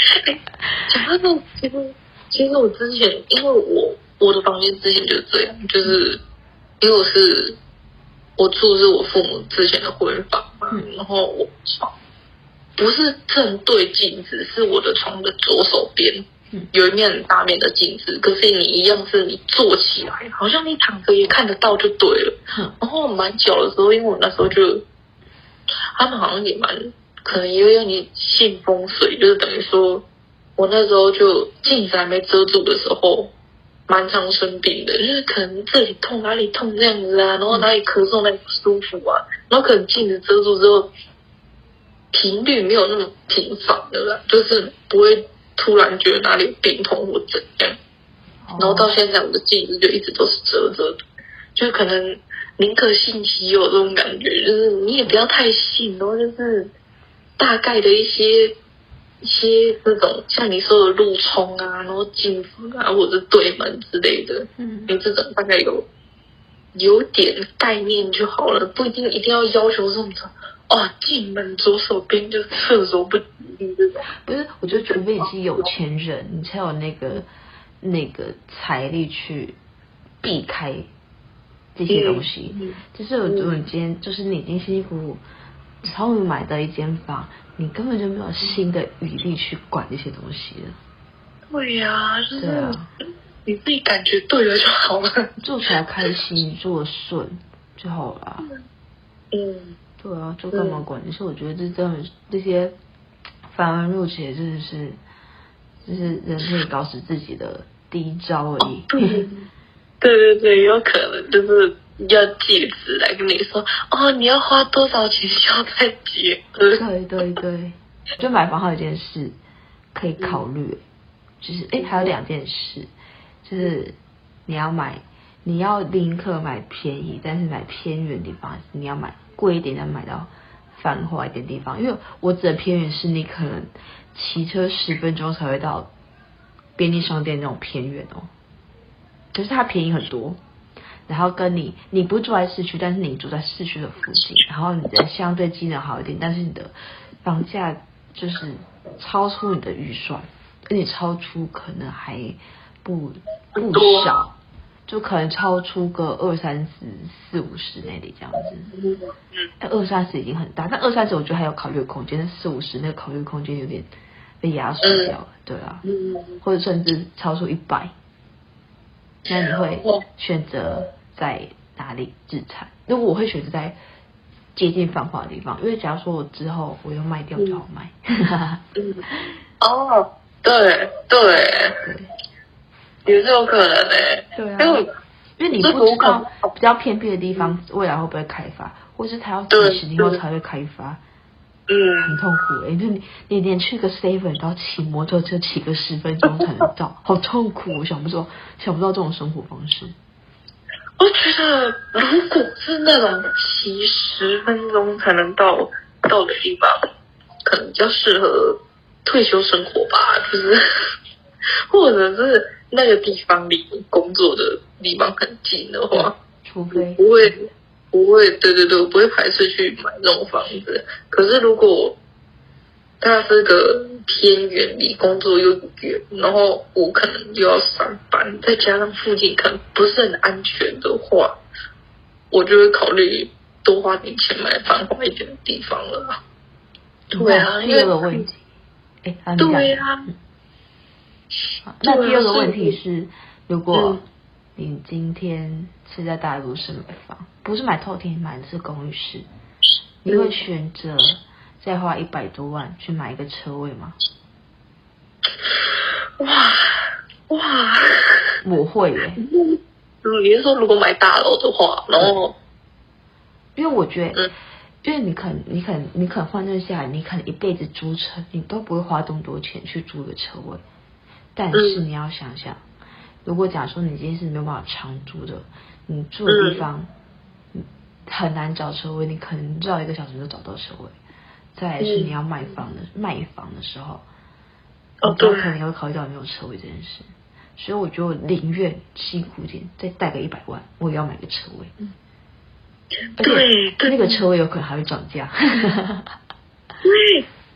讲到这，其实其实我之前，因为我我的房间之前就是这样，就是因为我是我住的是我父母之前的婚房嘛，嗯、然后我床不是正对镜子，是我的床的左手边。有一面很大面的镜子，可是你一样是你坐起来，好像你躺着也看得到就对了。嗯、然后蛮久的时候，因为我那时候就，他们好像也蛮可能也有你信风水，就是等于说，我那时候就镜子还没遮住的时候，蛮常生病的，就是可能这里痛哪里痛这样子啊，然后哪里咳嗽哪里不舒服啊，然后可能镜子遮住之后，频率没有那么频繁的啦，就是不会。突然觉得哪里有病痛或怎样，然后到现在我的镜子就一直都是遮着的，就可能宁可信其有这种感觉，就是你也不要太信，然后就是大概的一些一些这种像你说的路冲啊，然后镜子啊，或者是对门之类的，嗯，你这种大概有有点概念就好了，不一定一定要要求这种哦，进门左手边就是厕所不这种。 不是，我觉得除非你是有钱人，你才有那个那个财力去避开这些东西。嗯嗯、就是我觉得你今天就是你已经辛辛苦苦超级买到一间房，你根本就没有新的余力去管这些东西了。 对呀、啊，就是、啊、你自己感觉对了就好了， 做起来开心，做得顺就好了。 嗯。 对啊，就干嘛管？其实我觉得这真的这些繁文缛节真的是，就是人可以搞死自己的第一招而已。 哦、对, 对对对，有可能就是要借此来跟你说，哦，你要花多少钱消再结。 对对对，就买房还有一件事可以考虑，嗯、就是哎，还有两件事，就是你要买，你要宁可买便宜，但是买偏远地方，你要买。贵一点再买到繁华一点地方，因为我指的偏远是你可能骑车十分钟才会到便利商店那种偏远哦，可是它便宜很多，然后跟你你不住在市区，但是你住在市区的附近，然后你的相对机能好一点，但是你的房价就是超出你的预算，而且超出可能还不不少。就可能超出个二三十、四五十那里这样子，嗯，二三十已经很大，但二三十我觉得还有考虑的空间，但四五十那个考虑空间有点被压缩掉了，对啊，或者甚至超出一百，那你会选择在哪里置产？如果我会选择在接近繁华的地方，因为假如说我之后我又卖掉就好卖， 嗯，哦，对对对。也是有可能诶、欸， 对啊，因为因为你不知道比较偏僻的地方未来会不会开发，或是它要几十年后才会开发， 嗯， 很痛苦诶、欸。就你你连去个 seven 都要骑摩托车骑个十分钟才能到，好痛苦！我想不到想不到这种生活方式。 我觉得如果是那种骑十分钟才能到到的地方，可能比较适合退休生活吧，就是或者是。那个地方离你工作的地方很近的话， 除非不会不会，对对对，我不会排斥去买这种房子。可是如果它是个偏远，离工作又远，然后我可能就要上班，再加上附近可能不是很安全的话，我就会考虑多花点钱买繁华一点的地方了啦。对啊， 第二个问题，哎，啊、 对啊。 嗯那第二个问题是，如果你今天是在大都市买房，不是买透天，买的是公寓室，你会选择再花一百多万去买一个车位吗？ 哇哇！ 我会耶。 你是说如果买大楼的话，然后， 因为我觉得，嗯、因为你可能你可能你可能换算下来，你可能一辈子租车，你都不会花这么多钱去租个车位。但是你要想想，如果假如说你今天是没有办法长租的，你住的地方很难找车位，你可能绕一个小时就找到车位。再来是你要卖房的，嗯、卖房的时候， 哦， 对，可能也会考虑到没有车位这件事。所以我觉得我宁愿辛苦点，再贷个一百万，我也要买个车位。嗯，而且那个车位有可能还会涨价。 对啊，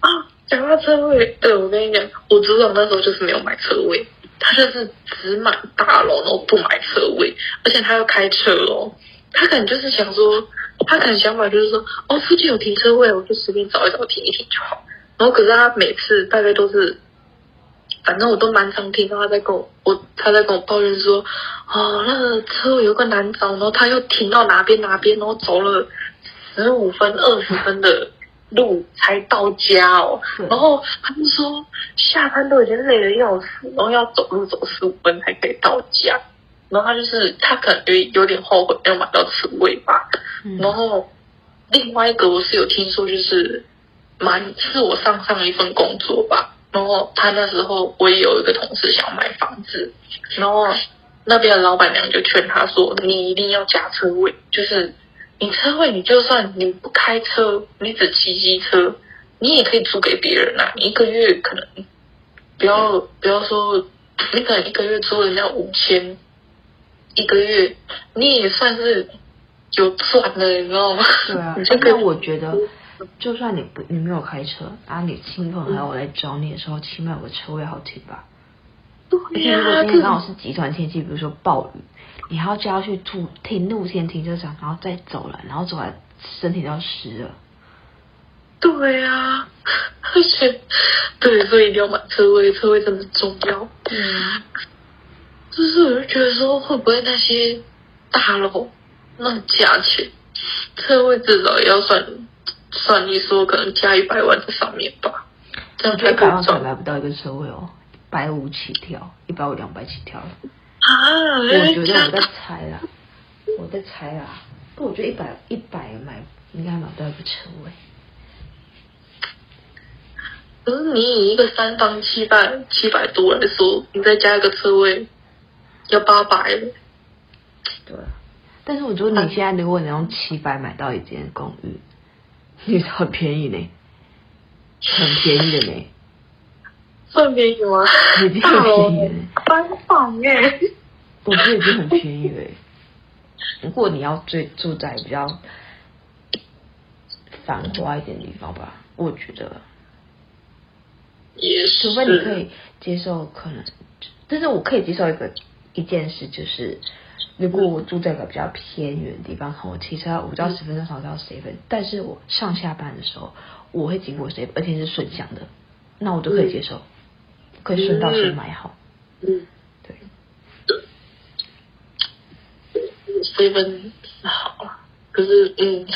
讲到车位，对我跟你讲，我组长那时候就是没有买车位，他就是只买大楼，然后不买车位，而且他要开车哦。他可能就是想说，他可能想法就是说，哦，附近有停车位，我就随便找一找停一停就好。然后可是他每次大概都是，反正我都蛮常听到他在跟我，我他在跟我抱怨说，哦，那个车位有个难找，然后他又停到哪边哪边，然后走了十五分、二十分的路才到家哦。然后他就说下班都已经累得要死，然后要走路走十五分才可以到家。然后他就是他可能有有点后悔没有买到车位吧。嗯、然后另外一个我是有听说，就是蛮是我上上一份工作吧。然后他那时候我也有一个同事想买房子，然后那边的老板娘就劝他说：“你一定要加车位，就是你车位你就算你不开车，你只骑机车，你也可以租给别人啊。你一个月可能不要不要说，你可能一个月租人家五千。”一个月你也算是有赚了，你知道吗？ 对啊，但我觉得，就算你不你没有开车，啊，你亲朋好友来找你的时候，起码有个车位好停吧。 对呀、啊。 如果今天刚好是极端天气，比如说暴雨，你还要叫他去住停露天停车场，然后再走了，然后走来身体都要湿了。 对呀、啊，而且对，所以一定要买车位，车位真的重要。 嗯。 就是我就觉得说，会不会那些大楼那价钱，车位至少也要算算一说，可能加一百万在上面吧。这样才一百万才买不到一个车位哦，一百五起跳，一百五两百起跳。 啊， 我觉得我在猜啦，我在猜啦。不，我觉得一百一百买应该买不到一个车位。 可是你以一个三房七百七百多来说，你再加一个车位。要八百了， 对，但是我觉得你现在如果你用七百买到一间公寓，你很便宜呢，很便宜的呢， 算便宜吗？ 已经很便宜了， 三房哎， 我觉得已经很便宜了。如果你要住住在比较繁华一点的地方吧，我觉得， 也是， 除非你可以接受可能，但是我可以接受一个。一件事就是，如果我住在一个比较偏远的地方，我骑车要五到十分钟才到 seven， 但是我上下班的时候我会经过 seven， 而且是顺向的，那我都可以接受，嗯、可以顺道先买好。 嗯， 对。 seven 好，可是嗯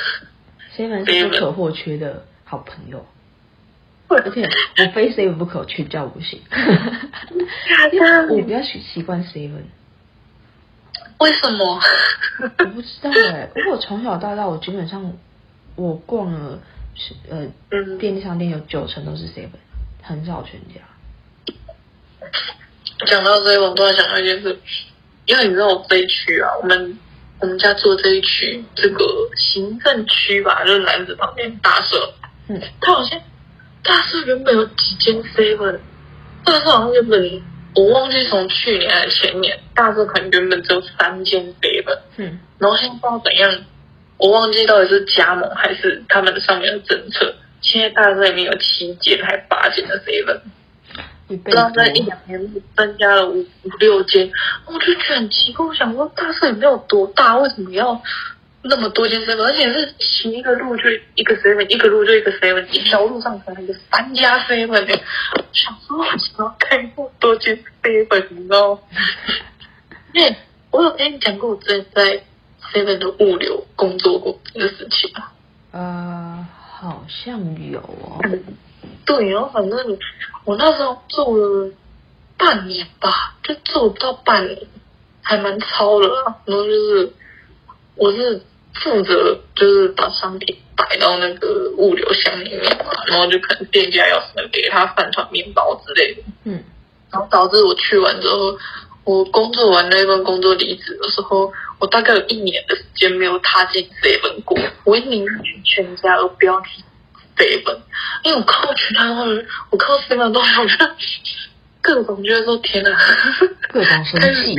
，seven 是不可或缺的好朋友。而且我非 seven 不可，去叫不行。我比较习习惯 seven。 为什么？ 我不知道哎、欸，因为我从小到大，我基本上我逛了呃、嗯、便利商店有九成都是 seven， 很少全家。 讲到这，我突然想到一件事，因为你知道我这一区啊，我们我们家住这一区，这个行政区吧，就是南子旁边大社，嗯，它好像。大社原本有几间 seven， 大社好像原本我忘记从去年还是前年，大社可能原本只有三间 seven， 嗯，然后现在不知道怎样，我忘记到底是加盟还是他们上面的政策，现在大社里面有七间还八间的 seven， 不知道在一两年内增加了五五六间，我就觉得很奇怪，我想说大社也没有多大，为什么要？那么多间 seven， 而且是骑一个路就一个 seven， 一个路就一个 seven， 一条路上可能有三家 seven， 想说为什么要开那么多间 seven， 你知道吗？因为我有跟你讲过我之前在 seven 的物流工作过这个事情吗？ 呃，好像有哦。 嗯、对，然后反正我那时候做了半年吧，就做不到半年，还蛮超的啦。然后就是我是。负责就是把商品摆到那个物流箱里面嘛，然后就可能店家要什么给他饭团、面包之类的，嗯，然后导致我去完之后，我工作完那份工作离职的时候，我大概有一年的时间没有踏进 seven 过，我宁愿去全家而不要去 seven， 因为我看到全家都是，我看到 seven 的东西，我觉得各种觉得说天哪， 各种生气。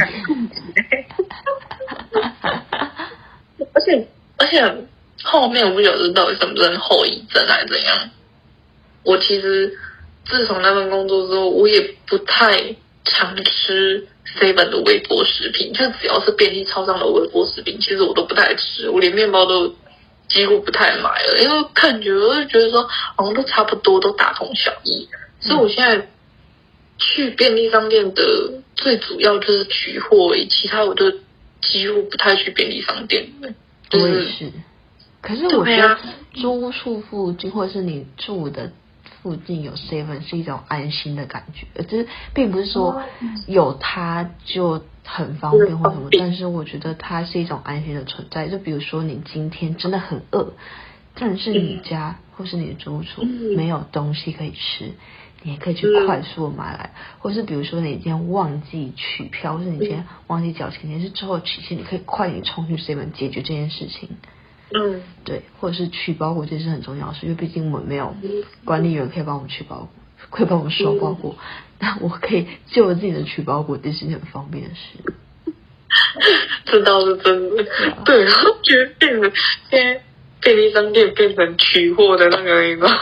而且而且后面我不晓得到底是不是后遗症还是怎样， 我其实自从那份工作之后，我也不太常吃 seven 的微波食品，就只要是便利超商的微波食品，其实我都不太吃，我连面包都几乎不太买了，因为看觉得我就觉得说好像都差不多，都大同小异。所以我现在去便利商店的最主要就是取货而已，其他我就几乎不太去便利商店了。就是、 我也是。可是我觉得租处附近或者是你住的附近有 seven 是一种安心的感觉，就是并不是说有它就很方便或什么，但是我觉得它是一种安心的存在。就比如说你今天真的很饿，但是你家或是你的住处没有东西可以吃，你也可以去快速买来，或是比如说你今天忘记取票，或是你今天忘记缴钱，你是之后取钱，你可以快点冲去 seven 解决这件事情。 嗯， 对，或者是取包裹，这是很重要的事，因为毕竟我们没有管理员可以帮我们取包裹，可以帮我们收包裹，那我可以就自己的取包裹，这是很方便的事。 这倒是真的，对，然后觉得变成现在便利商店变成取货的那个，你知道吗？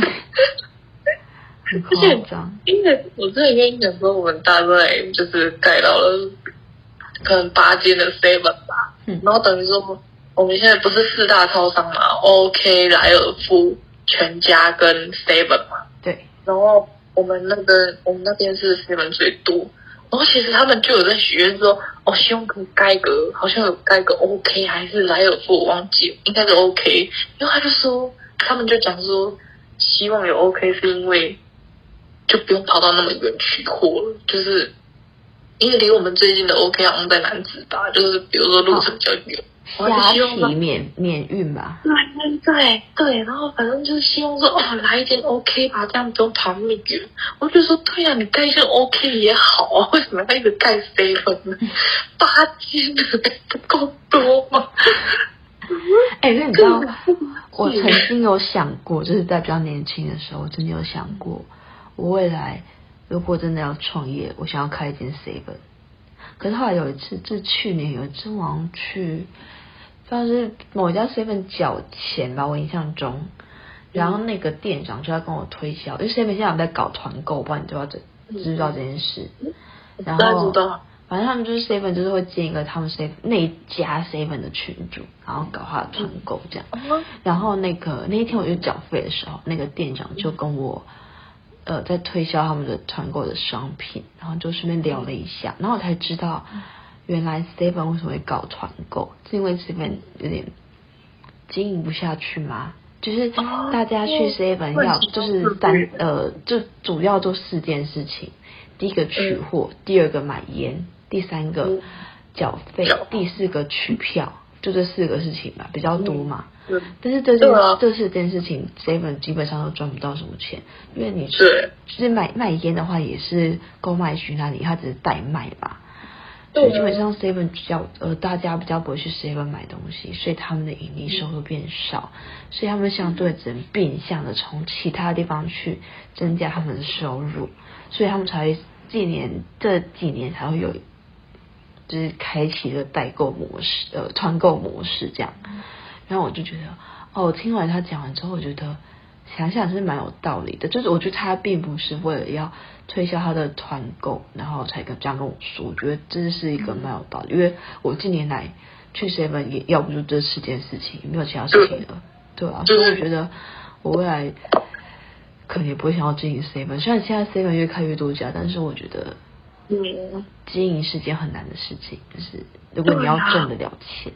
很夸张。 因为我之前跟你讲说，我们大概就是盖到了可能八间的 seven 吧，嗯，然后等于说。我们现在不是四大超商嘛 ？OK、莱尔富、全家跟 seven 嘛。 对。 然后我们那个我们那边是 seven 最多，然后其实他们就有在许愿说，哦，希望可以盖个，好像有盖个 OK 还是莱尔富，我忘记了，应该是 OK。然后他就说，他们就讲说，希望有 OK 是因为就不用跑到那么远取货了，就是因为离我们最近的 OK 好像在南子吧，就是比如说路程比较远。 虾皮免免运吧， 对对对对，然后反正就是希望说哦，来一间 OK 吧，这样不用跑那么远。我就说对呀、啊，你盖一间 OK 也好啊，为什么要一直盖 seven 呢？八间的不够多吗？ 哎、欸，那你知道，我曾经有想过，就是在比较年轻的时候，我真的有想过，我未来如果真的要创业，我想要开一间 seven。可是后来有一次，是去年有一次，我好像去。像是某一家 seven 缴钱吧，我印象中，然后那个店长就在跟我推销，因为 seven 现在有在搞团购，不知道你知不知道这知道这件事？然后反正他们就是 seven 就是会建一个他们 seven 那一家 seven 的群组，然后搞他的团购这样。然后那个那一天我就缴费的时候，那个店长就跟我呃在推销他们的团购的商品，然后就顺便聊了一下，然后我才知道。原来 seven 为什么会搞团购？是因为 seven 有点经营不下去吗？就是大家去 seven 要就是三呃，就主要做四件事情：第一个取货，第二个买烟，第三个缴费，第四个取票，就这四个事情吧，比较多嘛。但是这件这四件事情 seven 基本上都赚不到什么钱，因为你是就是买卖烟的话，也是购买区那里，它只是代卖嘛。所以基本上 seven 比较呃大家比较不会去 seven 买东西，所以他们的盈利收入变少，所以他们相对只能变相的从其他地方去增加他们的收入，所以他们才会近年这几年才会有就是开启了代购模式呃团购模式这样。然后我就觉得哦，我听完他讲完之后，我觉得想想是蛮有道理的，就是我觉得他并不是为了要推销他的团购，然后才跟这样跟我说，我觉得这是一个蛮有道理，因为我近年来去 seven 也要不就这四件事情，没有其他事情了，对啊，所以我觉得我未来可能也不会想要经营 seven， 虽然现在 seven 越开越多家，但是我觉得嗯，经营是件很难的事情，就是如果你要挣得了钱，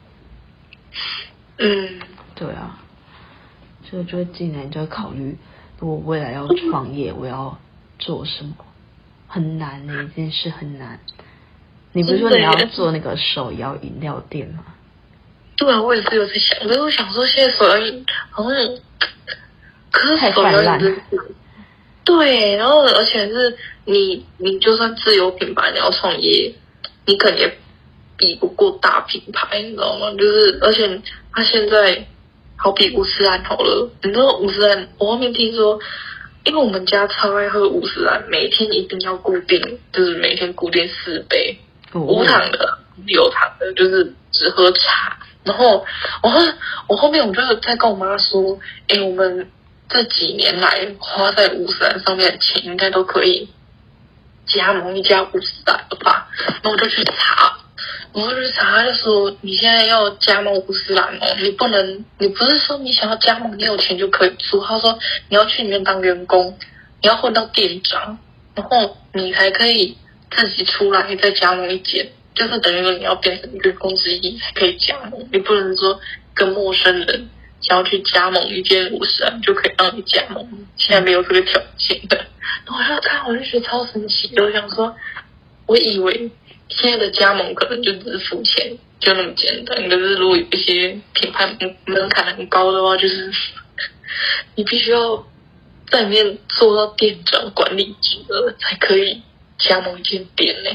嗯， 对啊。所以我就会进来就会考虑，如果未来要创业，我要做什么？很难的、欸、一件事，很难。你不是说你要做那个手摇饮料店吗？ 对啊，我也是有在想，可是我想说，现在手摇饮好像，可是手摇饮真是，对，然后而且是你，你就算自有品牌，你要创业，你可能也比不过大品牌，你知道吗？就是而且他现在。好比五十兰好了，你知道五十兰，我后面听说，因为我们家超爱喝五十兰，每天一定要固定，就是每天固定四杯，哦、无糖的、有糖的，就是只喝茶。然后我后我后面我就在跟我妈说，哎、欸，我们这几年来花在五十岚上面的钱，应该都可以加盟一家五十岚了吧？然后我就去查，然后就去查，就说你现在要加盟五十岚哦，你不能，你不是说你想要加盟，你有钱就可以做。他说你要去里面当员工，你要混到店长，然后你才可以自己出来再加盟一间，就是等于说你要变成员工之一才可以加盟，你不能说跟陌生人想要去加盟一间五十岚就可以让你加盟，现在没有这个条件的。然后我就看，我就觉得超神奇的，我想说，我以为现在的加盟可能就只是付钱就那么简单，可是如果有一些品牌门槛很高的话，就是你必须要在里面做到店长、管理职的才可以加盟一间店呢。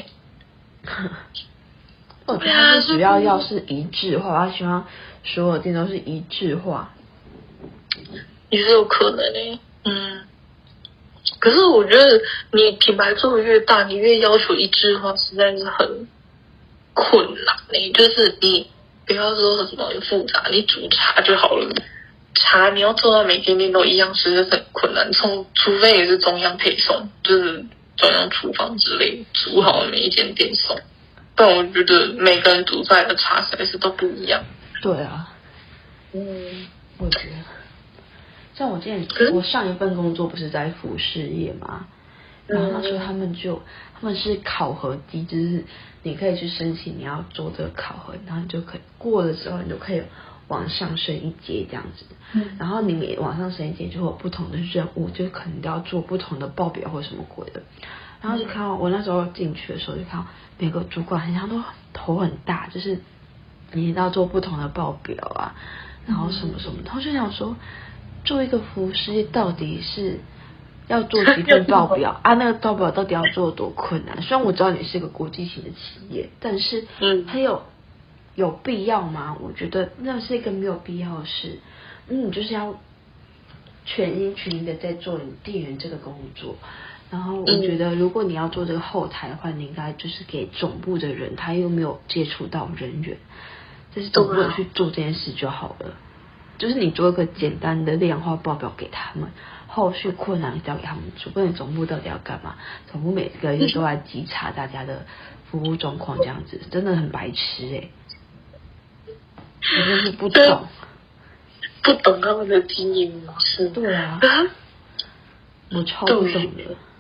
我觉得他是主要要是一致化，他希望所有店都是一致化， 也是有可能诶。嗯，可是我觉得你品牌做的越大，你越要求一致化，实在是很困难诶。就是你不要说什么很复杂，你煮茶就好了。茶你要做到每间店都一样，实在是很困难。从除非也是中央配送，就是中央厨房之类煮好了每一间店送。但我觉得每个人煮出来的茶实在是都不一样。 对啊， 嗯， 我觉得，像我之前我上一份工作不是在服饰业嘛，然后那时候他们就他们是考核机制，就是你可以去申请你要做这个考核，然后你就可以过了之后，你就可以往上升一阶这样子。嗯，然后你每往上升一阶就会有不同的任务，就可能要做不同的报表或什么鬼的。然后就看到我那时候进去的时候，就看到每个主管好像都头很大，就是你要做不同的报表啊，然后什么什么的。然后就想说，做一个服饰业到底是要做几份报表啊？那个报表到底要做多困难？虽然我知道你是个国际型的企业，但是嗯，还有有必要吗？我觉得那是一个没有必要的事。嗯，你就是要全心全意的在做你店员这个工作。然后我觉得，如果你要做这个后台的话，你应该就是给总部的人，他又没有接触到人员，就是总部人去做这件事就好了。就是你做一个简单的量化报表给他们，后续困难交给他们做。不然总部到底要干嘛？总部每个月都来稽查大家的服务状况，这样子真的很白痴哎、欸！我真是不懂， 不懂他们的经营模式。 对啊，我超不懂的。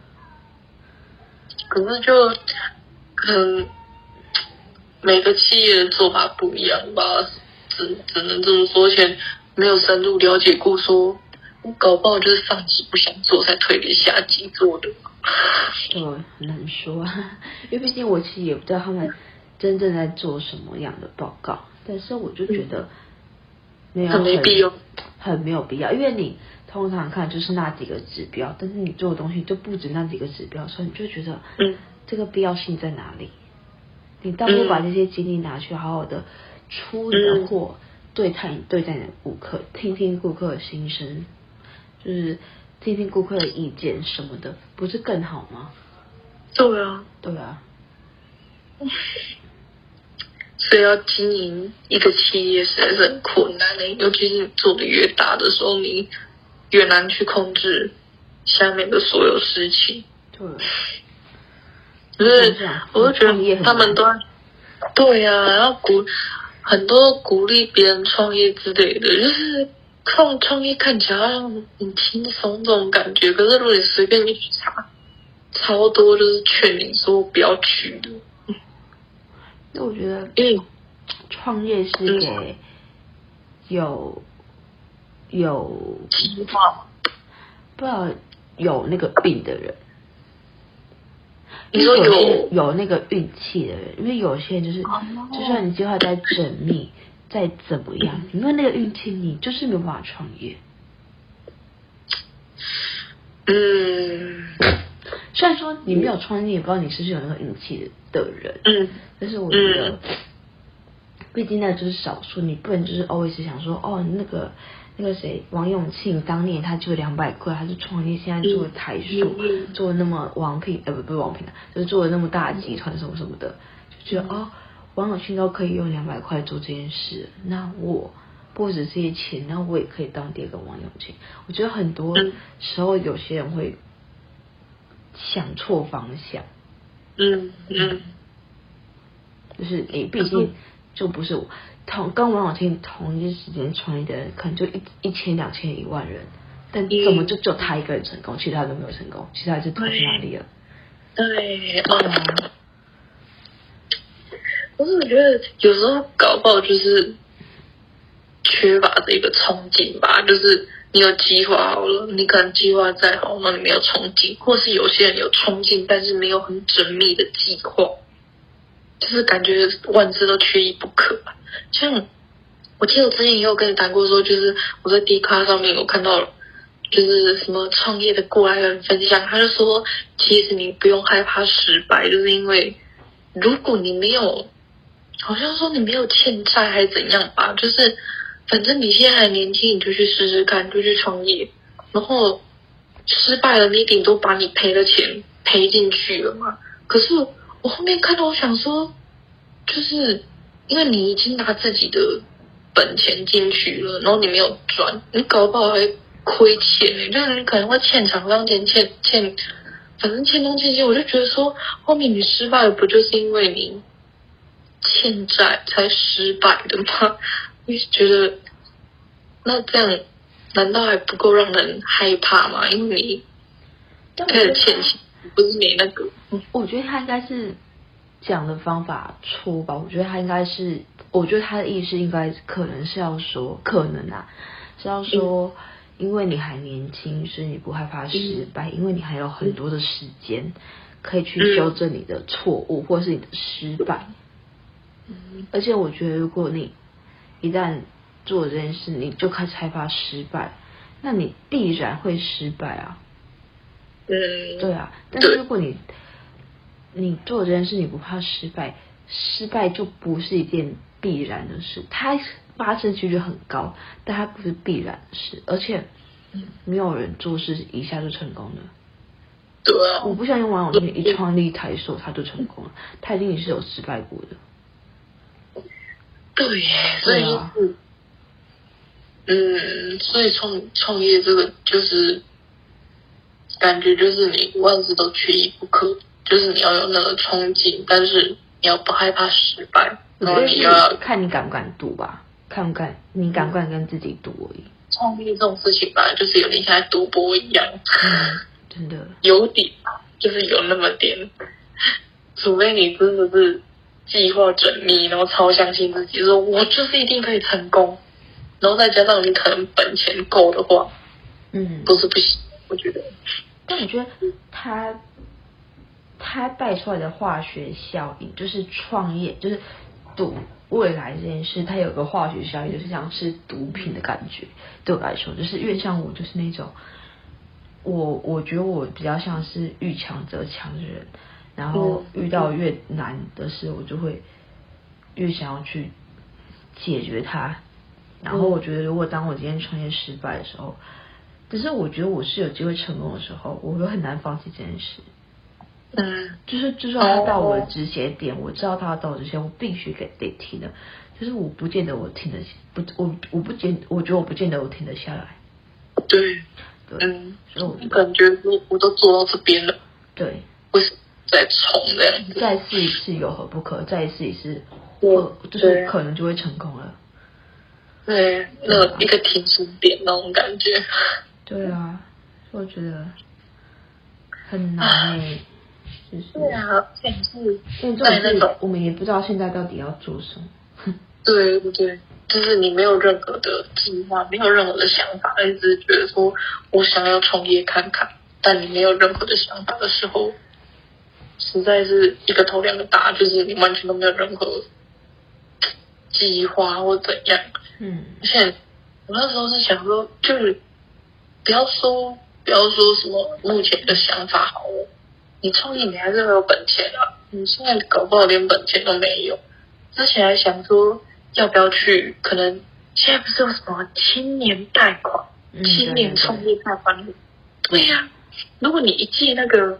可是就可能每个企业的做法不一样吧，只只能这么说。前没有深入了解过说，说搞不好就是上级不想做才推给下级做的。 对，很难说啊，因为毕竟我其实也不知道他们真正在做什么样的报告，但是我就觉得没有很没必要， 很没有必要，因为你通常看就是那几个指标，但是你做的东西就不止那几个指标，所以你就觉得，嗯，这个必要性在哪里？你倒不如把这些精力拿去好好的出你的货，对待对待你的顾客，听听顾客的心声，就是听听顾客的意见什么的，不是更好吗？ 对啊， 对啊。 所以要经营一个企业实在是很困难的，尤其是你做的越大的时候，你越难去控制下面的所有事情。 对， 就是我就觉得他们都对呀、啊，然后鼓很多鼓励别人创业之类的，就是创创业看起来好像很轻松这种感觉，可是如果你随便一去查，超多就是劝你说不要去的。 因为我觉得， 嗯， 创业是给有有计划， 不知道有那个病的人。 你说有有有那个运气的人，因为有些人就是，就算你计划再缜密，再怎么样，你没有那个运气，你就是没有办法创业。 嗯， 虽然说你没有创业，也不知道你是不是有那个运气的人， 嗯， 但是我觉得，毕竟那就是少数，你不能就是 always 想说，哦，那个那个谁，王永庆当年他就两百块，他是创业，现在做台塑，嗯、做那么王品，呃不不是王品，就是做了那么大的集团什么什么的，就觉得、嗯、哦，王永庆都可以用两百块做这件事，那我不止这些钱，然后我也可以当第二个王永庆。我觉得很多时候有些人会想错方向。 嗯嗯， 就是你毕竟就不是我同跟王永庆同一时间创业的人，可能就一一千、两千、一万人，但怎么就只有他一个人成功，其他都没有成功？其他是投去哪里了？ 对，哦，可是我觉得有时候搞不好就是缺乏这个憧憬吧，就是你有计划好了，你可能计划再好，那你没有憧憬，或是有些人有憧憬，但是没有很缜密的计划，就是感觉万事都缺一不可。像我记得我之前也有跟你谈过说，就是我在 D 卡上面有看到就是什么创业的过来人分享，他就说其实你不用害怕失败，就是因为如果你没有，好像说你没有欠债还是怎样吧，就是反正你现在还年轻，你就去试试看，就去创业，然后失败了，你顶多把你赔的钱赔进去了嘛。可是我后面看到，我想说，就是因为你已经拿自己的本钱进去了，然后你没有赚，你搞不好还亏钱欸，就是你可能会欠厂商钱，欠欠，反正欠东欠西。我就觉得说，后面你失败了，不就是因为你欠债才失败的吗？我就觉得，那这样难道还不够让人害怕吗？因为你开始欠钱，不是没那个。 我觉得他应该是讲的方法错吧？我觉得他应该是，我觉得他的意思应该可能是要说，可能啊，是要说。嗯，因为你还年轻，所以你不害怕失败，嗯，因为你还有很多的时间可以去修正你的错误，嗯，或是你的失败。嗯，而且我觉得，如果你一旦做这件事，你就开始害怕失败，那你必然会失败啊。 嗯， 对啊。但是如果你你做这件事，你不怕失败，失败就不是一件必然的事，它发生几率很高，但它不是必然的事，而且没有人做事一下就成功的。 对啊， 我不相信王永庆一创立台塑他就成功了，他一定是有失败过的。 对耶，所以就是，嗯，所以创创业这个就是感觉就是你万事都缺一不可，就是你要有那个憧憬，但是你要不害怕失败，然后你要看你敢不敢赌吧。看不看你敢不敢跟自己赌而已。 创业这种事情吧，就是有点像赌博一样， 嗯，真的有点，就是有那么点，除非你真的是计划缜密，然后超相信自己，说我就是一定可以成功，然后再加上你可能本钱够的话， 嗯， 不是不行，我觉得。 但我觉得他他带出来的化学效应，就是创业，就是赌未来这件事，它有个化学效应，就是像是毒品的感觉。对我来说，就是越像我，就是那种我我觉得我比较像是遇强则强的人，然后遇到越难的事，我就会越想要去解决它。然后我觉得，如果当我今天创业失败的时候，只是我觉得我是有机会成功的时候，我会很难放弃这件事。 嗯， 就是就算他到我的止血点，我知道他到我之前，我必须给得停的。就是我不见得我停得不，我我不见，我觉得我不见得我停得下来。 对， 对， 嗯， 所以我感觉我我都做到这边了， 对， 为什么再冲这样子？ 再试一次有何不可？再试一次，或就是可能就会成功了。 对，那一个停损点那种感觉。 对啊，我觉得很难诶。就是、 对啊，而是因为这种事我们也不知道现在到底要做什么。 对对对，就是你没有任何的计划，没有任何的想法，你只是觉得说我想要创业看看，但你没有任何的想法的时候，实在是一个头两个大，就是你完全都没有任何计划或怎样。 嗯， 而且我那时候是想说，就是不要说不要说什么目前的想法好了。你创业你还是没有本钱啊，你现在搞不好连本钱都没有。之前还想说要不要去，可能现在不是有什么青年贷款、嗯、青年创业贷款？对呀、啊，如果你一借那个，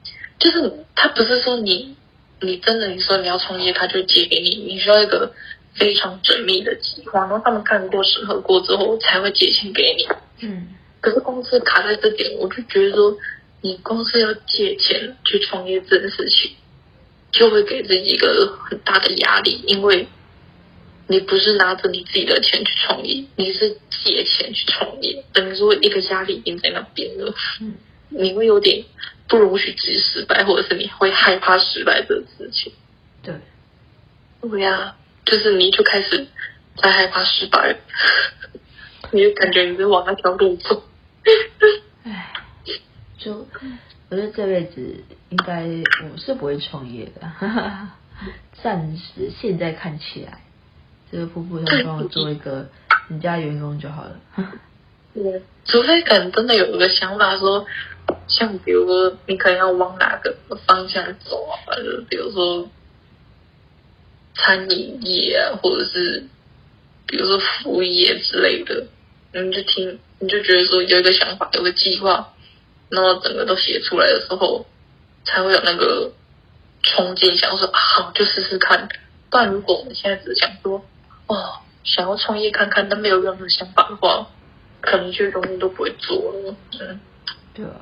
就是他不是说你你真的你说你要创业，他就借给你，你需要一个非常缜密的计划，然后他们看过审核过之后才会借钱给你。 嗯， 可是公司卡在这点，我就觉得说，你公司要借钱去创业这件事情，就会给自己一个很大的压力，因为你不是拿着你自己的钱去创业，你是借钱去创业，等于说一个压力已经在那边了。 嗯， 你会有点不容许自己失败，或者是你会害怕失败这个事情。 对， 对呀，就是你就开始在害怕失败了，你就感觉你在往那条路走。 唉，就我觉得这辈子应该我是不会创业的，哈哈，暂时现在看起来，这个普普通通的做一个人家员工就好了。 对，除非可能真的有一个想法说，像比如说你可能要往哪个方向走啊，就比如说餐饮业啊，或者是比如说服务业之类的，你就听你就觉得说有一个想法，有个计划，然后整个都写出来的时候，才会有那个冲劲，想说啊，好就试试看。不然如果我们现在只想说哦，想要创业看看，但没有任何想法的话，可能这些东西都不会做了。嗯， 对啊。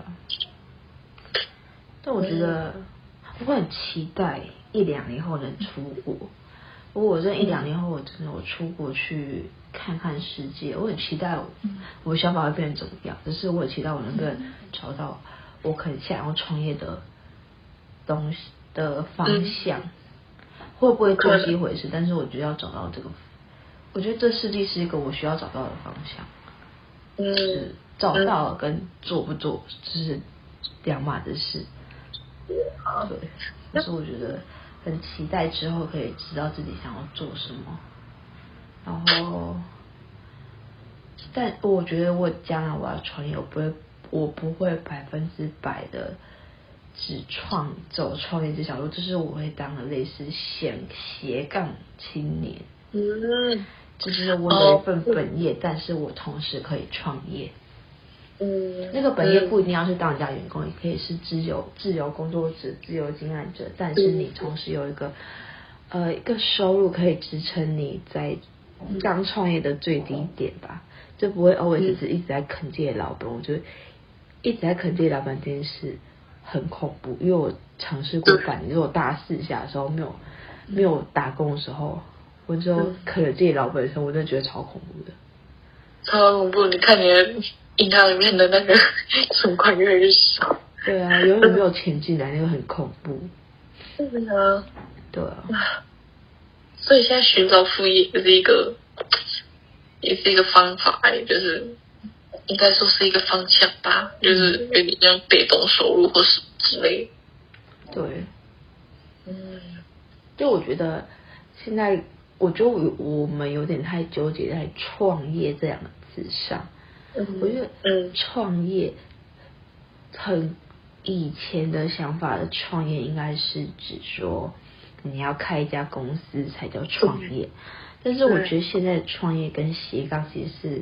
但我觉得我很期待一两年后能出国。如果我真的一两年后我真的我出国去看看世界，我很期待我我的想法会变成怎么样。只是我很期待我能不能找到我可能想要创业的东西的方向。会不会做是一回事，但是我觉得要找到这个，我觉得这世界是一个我需要找到的方向。 嗯， 就是找到了跟做不做这是两码子事。对，但是我觉得很期待之后可以知道自己想要做什么，然后，但我觉得我将来我要创业，我不会，我不会百分之百的只创走创业这条路，就是我会当了类似斜斜杠青年。 嗯， 就是我有一份本业，哦、但是我同时可以创业。 嗯， 那个本业不一定要是当人家员工，也可以是自由自由工作者、自由经营者，但是你同时有一个呃一个收入可以支撑你在刚创业的最低点吧，就不会 always 是一直在啃自己的老本。我觉得一直在啃自己的老本这件事很恐怖，因为我尝试过半年，就是我大四下的时候没有没有打工的时候，我就啃了自己老本的时候，我真的觉得超恐怖的。 超恐怖！你看你的银行里面的那个存款越来越少。 对啊，永远没有钱进来，那个很恐怖。 对啊。 对啊。 所以现在寻找副业也是一个，也是一个方法，也就是应该说是一个方向吧，就是有点像被动收入或是之类的。 对。 嗯。 就我觉得现在，我觉得我我们有点太纠结在创业这两个字上。 嗯、 我觉得，嗯，创业很以前的想法的创业，应该是指说你要开一家公司才叫创业。嗯、但是我觉得现在的创业跟斜杠其实是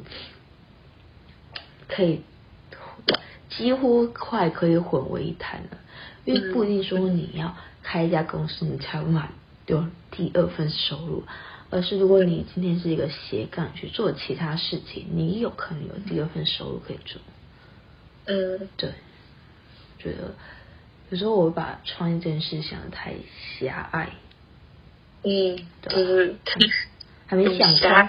可以几乎快可以混为一谈了，因为不一定说你要开一家公司你才会有第二份收入，而是如果你今天是一个斜杠去做其他事情，你有可能有第二份收入可以做。嗯，对，觉得有时候我把创业这件事想得太狭隘。 嗯，就是还没想开。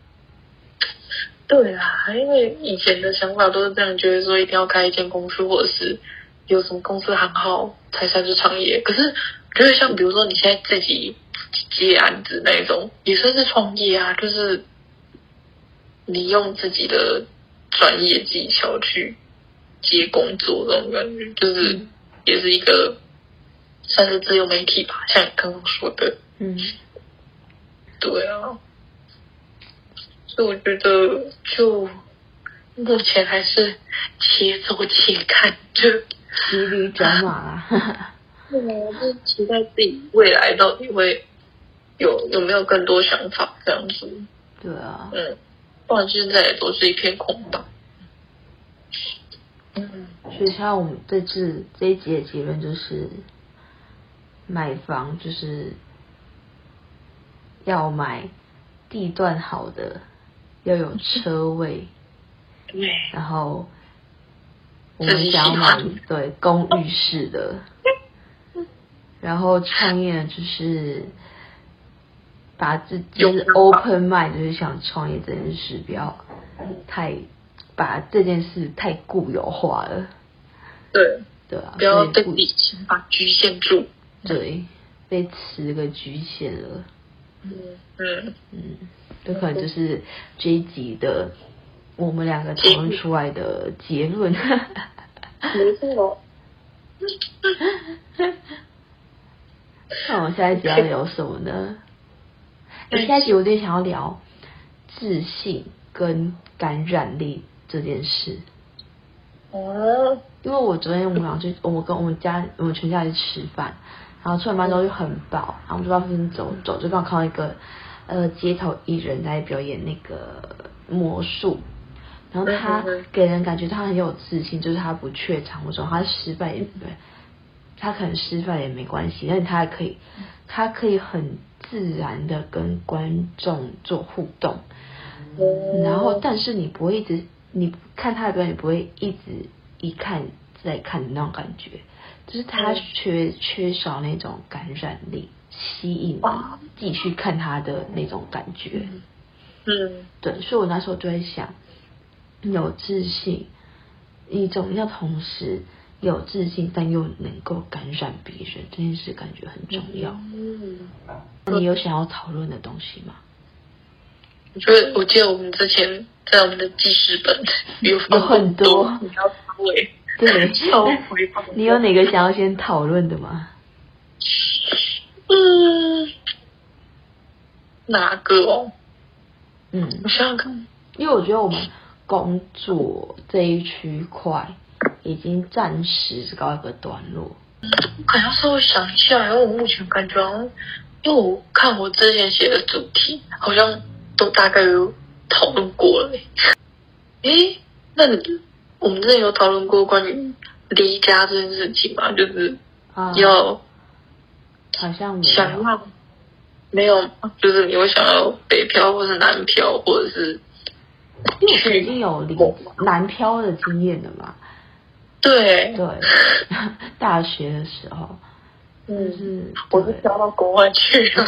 对啊，因为以前的想法都是这样，觉得说一定要开一间公司，或者是有什么公司行号才算是创业。可是觉得像比如说你现在自己接案子那种，也算是创业啊，就是你用自己的专业技巧去接工作，这种感觉就是也是一个算是自由媒体吧，像你刚刚说的。嗯，对啊，所以我觉得就目前还是且走且看，就骑驴找马啦。 对啊，就是期待自己未来到底会有有没有更多想法这样子。 对啊， 嗯，不然现在也都是一片空白。 嗯，所以像我们这次这一集的结论就是，买房就是要买地段好的，要有车位， 对， 然后我们想要买对公寓式的，然后创业呢就是把自己就是 open mind， 就是想创业这件事不要太把这件事太固有化了。 对对啊， 不要被理性把局限住。 对，被词给局限了。 嗯嗯嗯，这可能就是这一集的我们两个讨论出来的结论。 没错。 那我们下一集要聊什么呢？欸、下一集我有点想要聊自信跟感染力这件事。 哦。 因为我昨天我们俩就我跟我们家我们全家去吃饭，然后吃完饭之后就很饱，然后我们就到附近走走，就刚好看到一个呃街头艺人在表演那个魔术，然后他给人感觉他很有自信，就是他不怯场或者他失败也对，他可能失败也没关系，但是他还可以他可以很自然的跟观众做互动，然后但是你不会一直你看他的表演，你不会一直一看再看的那种感觉，就是他缺缺少那种感染力，吸引人继续看他的那种感觉。 嗯， 对，所以我那时候就在想，有自信，一种要同时有自信但又能够感染别人，这件事感觉很重要。嗯，你有想要讨论的东西吗？ 我觉得我记得我们之前在我们的记事本有有很多， 你要稍微对， 稍微放。 你有哪个想要先讨论的吗？ 嗯，哪个哦？ 嗯， 我想想看， 因为我觉得我们工作这一区块已经暂时告一个段落。 我可能要稍微想一下，因为我目前感觉好像，因为我看我之前写的主题，好像都大概有讨论过了。诶，那你我们之前有讨论过关于离家这件事情吗？就是要、 啊、好像没有想要没有，就是你会想要北漂或是南漂，或者是因为我已经有离南漂的经验了嘛。 对对，大学的时候， 嗯， 就是我是漂到国外去了，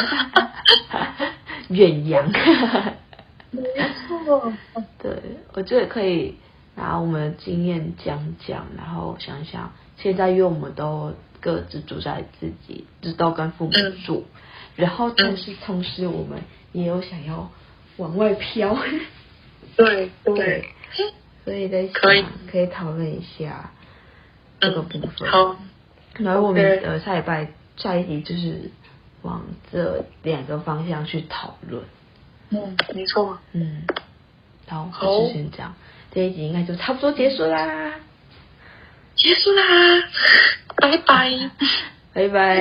远洋。 没错， 对，我觉得可以拿我们的经验讲讲，然后想想现在因为我们都各自住在自己，就都跟父母住，嗯、然后但是同时我们也有想要往外飘。 对对。 对，所以在想可以可以讨论一下这个部分。 嗯、好， 然后我们呃下礼拜下一集就是往这两个方向去讨论。 嗯，没错。 嗯，好，就先这样，这一集应该就差不多结束啦。 结束啦，拜拜， 拜拜。